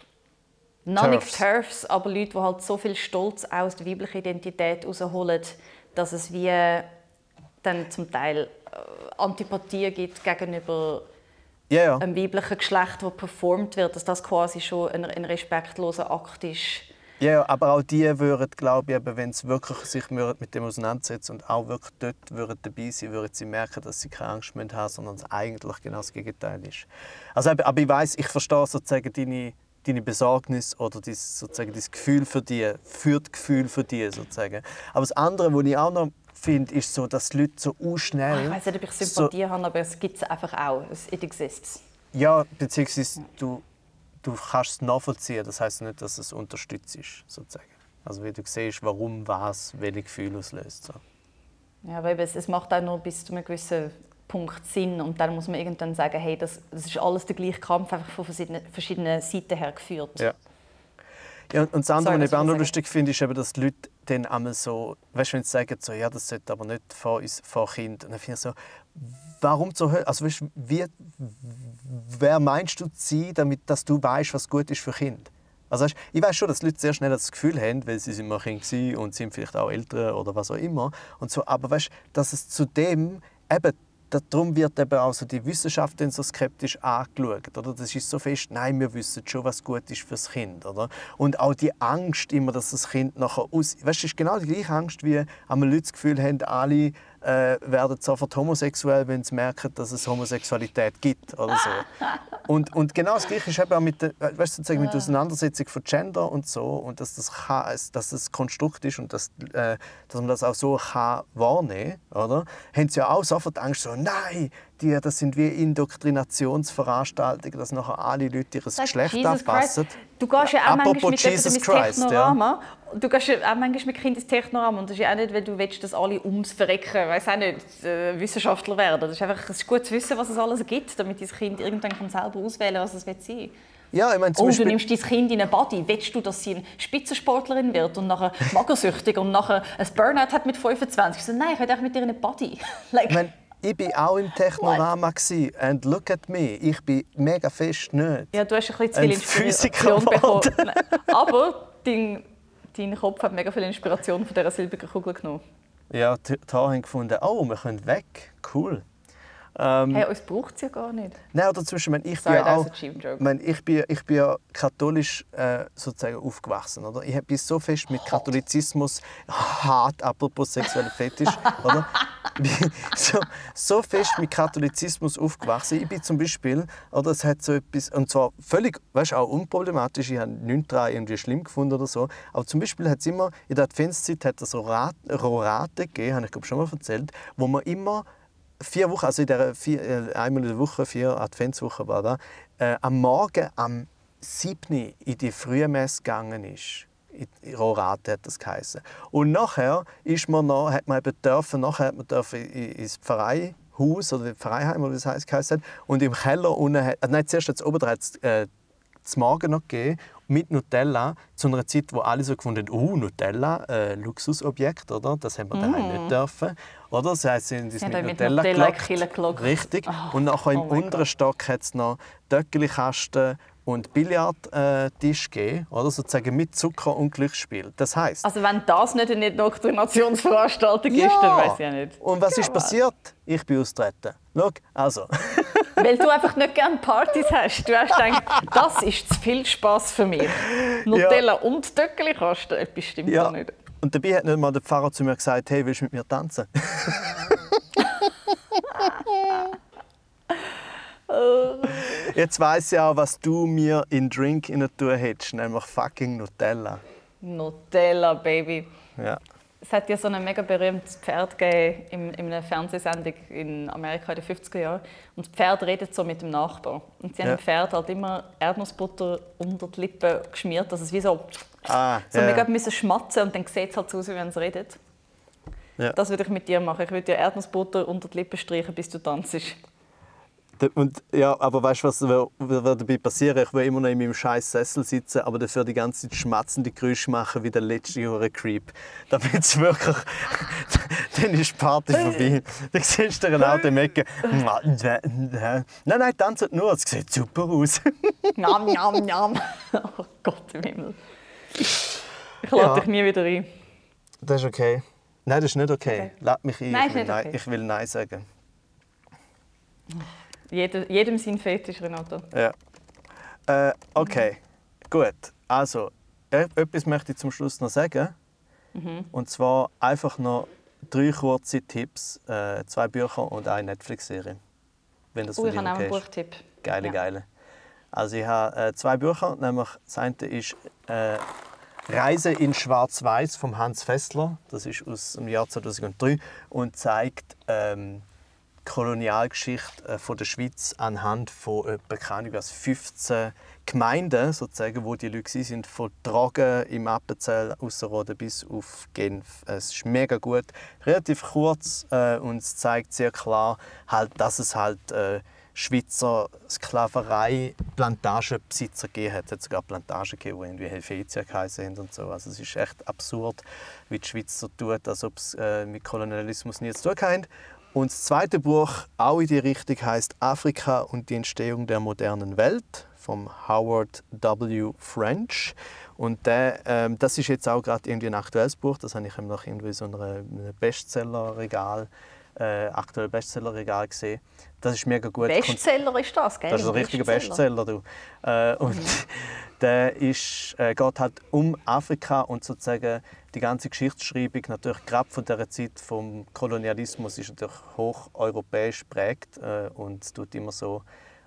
Non-Turfs, aber Leute, die halt so viel Stolz aus der weiblichen Identität herausholen, dass es wie dann zum Teil Antipathie gibt gegenüber yeah. einem weiblichen Geschlecht, das performt wird, dass das quasi schon ein, ein respektloser Akt ist. Ja, yeah, aber auch die würden, glaube ich, wenn sie wirklich sich mit dem auseinandersetzen und auch wirklich dort würden dabei sein, würden sie merken, dass sie keine Angst mehr haben, sondern es eigentlich genau das Gegenteil ist. Also, aber ich weiss, ich verstehe sozusagen deine deine Besorgnis oder das, sozusagen das Gefühl für die, für das Gefühl für die sozusagen. Aber das andere, was ich auch noch finde, ist so, dass die Leute so schnell... Ich weiß nicht, ob ich Sympathie so, habe, aber es gibt es einfach auch. It exists. Ja, beziehungsweise du, du kannst es nachvollziehen. Das heisst nicht, dass es unterstützt ist, sozusagen. Also wie du siehst, warum was welche Gefühle auslöst. So. Ja, aber es, es macht auch nur bis zu einem gewissen Punkt Sinn und dann muss man irgendwann sagen, hey, das, das ist alles der gleiche Kampf, einfach von verschiedenen, verschiedenen Seiten her geführt. Ja. Ja, und das andere, was ich auch noch lustig finde, ist, eben, dass die Leute dann einmal so, weißt, wenn sie sagen, so, ja, das sollte aber nicht vor, uns, vor Kindern, dann finde ich so, warum zur Hölle, also weißt, wie, wer meinst du zu sein, damit dass du weißt, was gut ist für Kinder? Also weißt, ich weiß schon, dass die Leute sehr schnell das Gefühl haben, weil sie sind immer Kinder waren und sind vielleicht auch Eltern oder was auch immer und so, aber weißt, dass es zu dem eben darum wird eben auch so die Wissenschaft dann so skeptisch angeschaut. Oder? Das ist so fest, nein, wir wissen schon, was gut ist für das Kind. Oder? Und auch die Angst immer, dass das Kind nachher aus... Weißt, es ist genau die gleiche Angst, wie einmal Leute das Gefühl haben, alle äh, werden sofort homosexuell, wenn sie merken, dass es Homosexualität gibt. Oder so. Und, und genau das Gleiche ist eben auch mit der, weißt, sozusagen mit der Auseinandersetzung von Gender und so. Und dass das, kann, dass das Konstrukt ist und dass, äh, dass man das auch so kann wahrnehmen kann. Haben sie ja auch sofort Angst, so, nein, die, das sind wie Indoktrinationsveranstaltungen, dass nachher alle Leute ihr Geschlecht Jesus anpassen. Christ. Du gehst ja auch Apropos manchmal mit jemandem Jesus ins Christ, Technorama. Du gehst ja auch manchmal mit Kindern ins Technorama. Und das ist ja auch nicht, weil du willst, dass alle ums Verrecken, weiss auch nicht, äh, Wissenschaftler werden. Das ist einfach es ist gut zu wissen, was es alles gibt, damit dein Kind irgendwann selber auswählen kann, was es sein will. Ja, ich meine, zum Oh, Beispiel, du nimmst dein Kind in einen Body. Willst du, dass sie eine Spitzensportlerin wird und nachher magersüchtig und nachher ein Burnout hat mit fünfundzwanzig? Ich so, nein, ich will mit ihr in einen Body. Like, ich meine, ich war auch im Technorama gsi, and look at me, ich bin mega fest nicht. ja, du hast ein bisschen zu Ein viel Inspiration Physiker bekommen. geworden. Nein, aber dein, dein Kopf hat mega viel Inspiration von dieser silbrigen Kugel genommen. Ja, die, die haben gefunden, oh, wir können weg, cool. Ähm, Hey, uns braucht es ja gar nicht. Nein, oder zwischen, ich, Sorry, bin ja auch, das ist ein cheap joke. ich, meine, ich, bin, ich bin ja katholisch äh, sozusagen aufgewachsen. Oder? Ich bin so fest mit Katholizismus, hart, apropos sexueller Fetisch, oder? Ich bin so, so fest mit Katholizismus aufgewachsen. Ich bin zum Beispiel, oder, es hat so etwas, und zwar völlig, weißt, auch unproblematisch, ich habe nichts daran irgendwie schlimm gefunden oder so, aber zum Beispiel hat es immer, in der Adventszeit hat es so Rat, Rorate gegeben, habe ich glaube schon mal erzählt, wo man immer vier Wochen, also in der vier, einmal in der Woche, vier Adventswochen war da, äh, am Morgen am siebten in die Frühmesse gegangen ist. In Rorate hat das geheißen. Und nachher ist man noch, hat man eben dürfen, nachher hat man dürfen ins Pfarreihaus oder Pfarreiheim oder wie das heisst, geheißen. Und im Keller unten, hat, nein, zuerst hat es oben hat es äh, zum Morgen noch gegeben, mit Nutella, zu einer Zeit, wo alle so gefunden haben, oh, Nutella, äh, Luxusobjekt, oder? Das haben wir daheim mm. nicht dürfen. Oder? Das heisst, sie haben uns mit Nutella, Nutella gelockt. Richtig. Oh. Und nachher im Oh unteren Stock hat es noch Döckelikasten und Billardtisch gegeben, oder? Sozusagen mit Zucker und Glücksspiel. Das heisst, also wenn das nicht eine Indoktrinationsveranstaltung ja. ist, dann weiß ich auch nicht. Und was ja, ist passiert? Ich bin austreten. Schau, also. Weil du einfach nicht gerne Partys hast. Du hast gedacht, das ist zu viel Spass für mich. Nutella ja. und Döckelikasten, etwas stimmt ja. da nicht. Und dabei hat nicht mal der Pfarrer zu mir gesagt, hey, willst du mit mir tanzen? Jetzt weiss ich auch, was du mir in den Drink tun hättest, nämlich fucking Nutella. Nutella, Baby. Ja. Es hat ja so ein mega berühmtes Pferd gegeben in, in einer Fernsehsendung in Amerika in den fünfziger Jahren. Und das Pferd redet so mit dem Nachbar. Und sie haben ja. dem Pferd halt immer Erdnussbutter unter die Lippen geschmiert, dass es wie so, ah, so ja. mega müssen schmatzen und dann sieht es halt so aus, wie wenn es redet. Ja. Das würde ich mit dir machen. Ich würde dir Erdnussbutter unter die Lippen streichen, bis du tanzt. Und, ja, aber weißt du, was wird dabei passieren? Ich will immer noch in meinem scheiß Sessel sitzen, aber dafür die ganze Zeit schmatzende Geräusche machen wie der letzte Jahre Creep. Damit es wirklich. Dann ist die Party vorbei. Dann siehst du ein Auto im Ecken. Nein, nein, tanzt nur, es sieht super aus. Njam, njam, njam. Oh Gott im Himmel. Ich lade ja. dich nie wieder ein. Das ist okay. Nein, das ist nicht okay. okay. Lad mich ein. Nein, ich, will nicht okay. nein, ich will Nein sagen. Jeder, jedem sein Fetisch, Renato. Ja. Äh, okay, gut. Also, etwas möchte ich zum Schluss noch sagen. Mhm. Und zwar einfach noch drei kurze Tipps. Äh, zwei Bücher und eine Netflix-Serie. Wenn das oh, für ich dich habe auch okay einen ist. Buchtipp. Geile, ja. geile. Also ich habe äh, zwei Bücher. Nämlich das eine ist äh, «Reise in Schwarz-Weiß» von Hans Fessler. Das ist aus dem Jahr zweitausenddrei und zeigt ähm, Kolonialgeschichte von der Schweiz anhand von etwa, keine Ahnung, fünfzehn Gemeinden, sozusagen, wo die Leute sind, von Tragen im Appenzell, Ausserrhoden bis auf Genf. Es ist mega gut, relativ kurz äh, und es zeigt sehr klar, halt, dass es halt äh, Schweizer Sklaverei-Plantagenbesitzer gegeben hat. Es hat sogar Plantagen gegeben, die irgendwie Helvetia geheißen haben und so. Also es ist echt absurd, wie die Schweiz so tut, als ob es äh, mit Kolonialismus nie zu tun hat. Und das zweite Buch, auch in die Richtung, heißt «Afrika und die Entstehung der modernen Welt» von Howard W. French. Und der, ähm, das ist jetzt auch gerade irgendwie ein aktuelles Buch. Das habe ich noch irgendwie so in einem Bestsellerregal, äh, aktuellen Bestsellerregal gesehen. Das ist mega gut. Bestseller ist das, gell? Das ist ein richtiger Bestseller, du. Äh, und mhm. der ist, äh, geht halt um Afrika und sozusagen die ganze Geschichtsschreibung, natürlich gerade von der Zeit vom Kolonialismus, ist natürlich hoch europäisch geprägt äh, und es tut immer so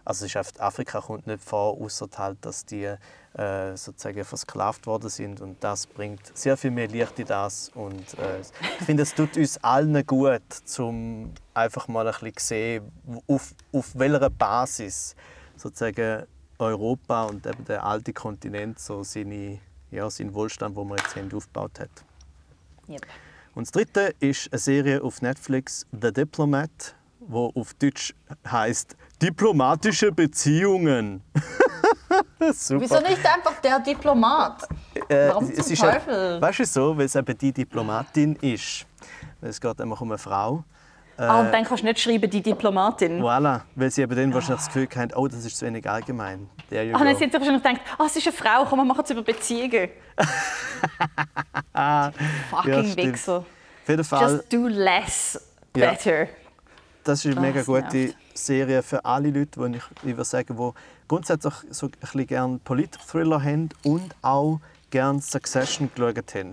Also es ist einfach, Afrika kommt nicht vor, außer halt, dass die äh, sozusagen versklavt worden sind. Und das bringt sehr viel mehr Licht in das. Und äh, ich finde, es tut uns allen gut, um einfach mal ein bisschen zu sehen, auf, auf welcher Basis sozusagen Europa und eben der alte Kontinent so seine, ja, seinen Wohlstand, den wir jetzt haben, aufgebaut hat. Yep. Und das dritte ist eine Serie auf Netflix, The Diplomat, wo auf Deutsch heißt Diplomatische Beziehungen. Super. Wieso nicht einfach der Diplomat? Äh, Warum es zum ist Teufel? Halt, weißt du so, weil es eben die Diplomatin ist. Es geht einfach um eine Frau. Äh, Ah, und dann kannst du nicht schreiben, die Diplomatin. Voilà, weil sie eben dann wahrscheinlich das Gefühl haben, oh, das ist zu wenig allgemein. There you Ah, dann go. sind sie wahrscheinlich gedacht, ah, es ist eine Frau, komm, wir machen es über Beziehungen. Fucking Ja, stimmt. Wichser. Auf jeden Fall, Just do less Ja. better. das ist eine Ah, mega das gute nervt. Serie für alle Leute, die ich, ich würde sagen, die grundsätzlich so ein bisschen gerne Polit-Thriller haben und auch gerne Succession geschaut haben.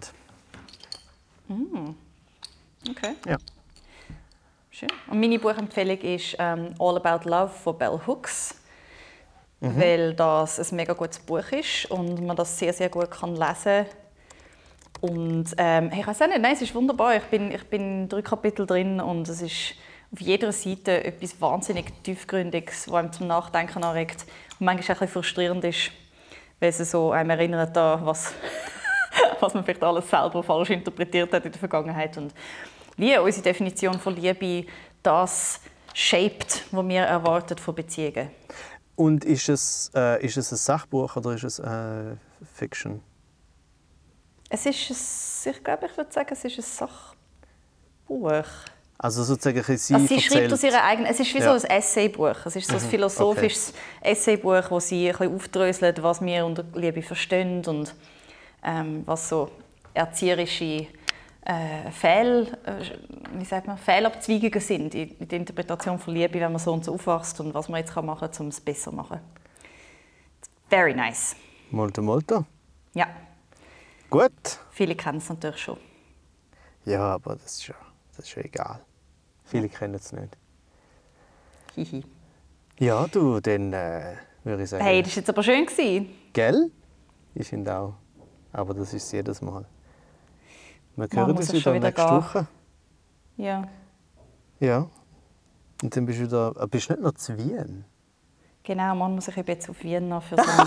Okay. Ja. Schön. Und meine Buchempfehlung ist ähm, All About Love von Bell Hooks, weil das ein mega gutes Buch ist und man das sehr, sehr gut kann lesen kann. Und ähm, ich weiß auch nicht, nein, es ist wunderbar. Ich bin, ich bin in drei Kapitel drin und es ist auf jeder Seite etwas wahnsinnig Tiefgründiges, das einem zum Nachdenken anregt und manchmal auch ein bisschen frustrierend ist, weil es so einem erinnert an was, was man vielleicht alles selber falsch interpretiert hat in der Vergangenheit und wie unsere Definition von Liebe das shaped, was wir erwarten von Beziehungen. Und ist es, äh, ist es ein Sachbuch oder ist es äh, Fiction? Es ist, ein, ich glaube, ich würde sagen, es ist ein Sachbuch. Also sozusagen sie Also sie schreibt erzählt- aus ihrer eigenen. Es ist wie Ja. so ein Essaybuch. Es ist so ein philosophisches Essaybuch, wo sie ein bisschen aufdröselt, was wir unter Liebe verstehen und ähm, was so erzieherische äh, Fehl, äh, wie sagt man, Fehlabzweigungen sind in, in der Interpretation von Liebe, wenn man so und so aufwächst und was man jetzt machen kann, um es besser zu machen. Very nice. Molto, molto. Ja, Gut. viele kennen es natürlich schon. Ja, aber das ist ja, das ist ja egal. Viele kennen es nicht. Hihi. Ja, du, dann äh, würde ich sagen... Hey, das war jetzt aber schön gewesen. Gell? Ich finde auch. Aber das ist jedes Mal. Wir Man hören muss uns auch schon wieder wieder nächste gehen. Woche. Ja, Ja. Und dann bist du wieder... äh, Bist du nicht noch zu Wien? genau. Man muss sich eben jetzt auf Wien noch für so einen...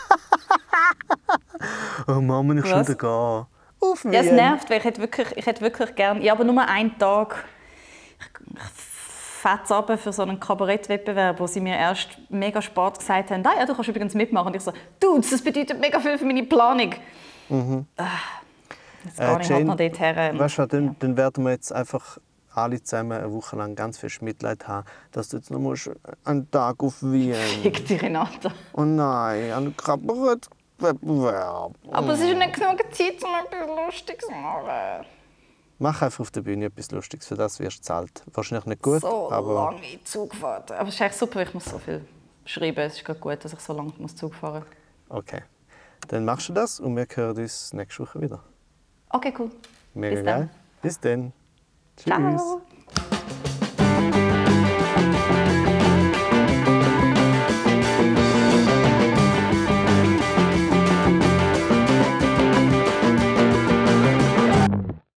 Oh Mama, ich schon Was? wieder gehen. Auf Wien. Ja, es nervt, weil ich hätte wirklich, ich hätte wirklich gerne... Ja, aber nur einen Tag. Ich, ich fetze runter für so einen Kabarettwettbewerb, wo sie mir erst mega spät gesagt haben, ah, ja, du kannst übrigens mitmachen. Und ich so, Dudes, das bedeutet mega viel für meine Planung. Mhm. Jetzt gehe Äh, ich halt Jane, noch dorthin. Weißt du, dann, Ja. dann werden wir jetzt einfach alle zusammen eine Woche lang ganz viel Mitleid haben, dass du jetzt noch musst einen Tag auf Wien. Fick die Renata. Oh nein, einen Kabarettwettbewerb. Aber es ist nicht genug Zeit, um etwas Lustiges zu machen. Mach einfach auf der Bühne etwas Lustiges, für das wirst du bezahlt. Wahrscheinlich nicht gut, So aber... lange Zugfahrten. Aber es ist eigentlich super, weil ich muss so viel schreiben. Es ist gerade gut, dass ich so lange muss Zug fahren muss. Okay. Dann machst du das und wir hören uns nächste Woche wieder. Okay, cool. Mega Bis geil. dann. Bis dann. Tschüss. Ciao.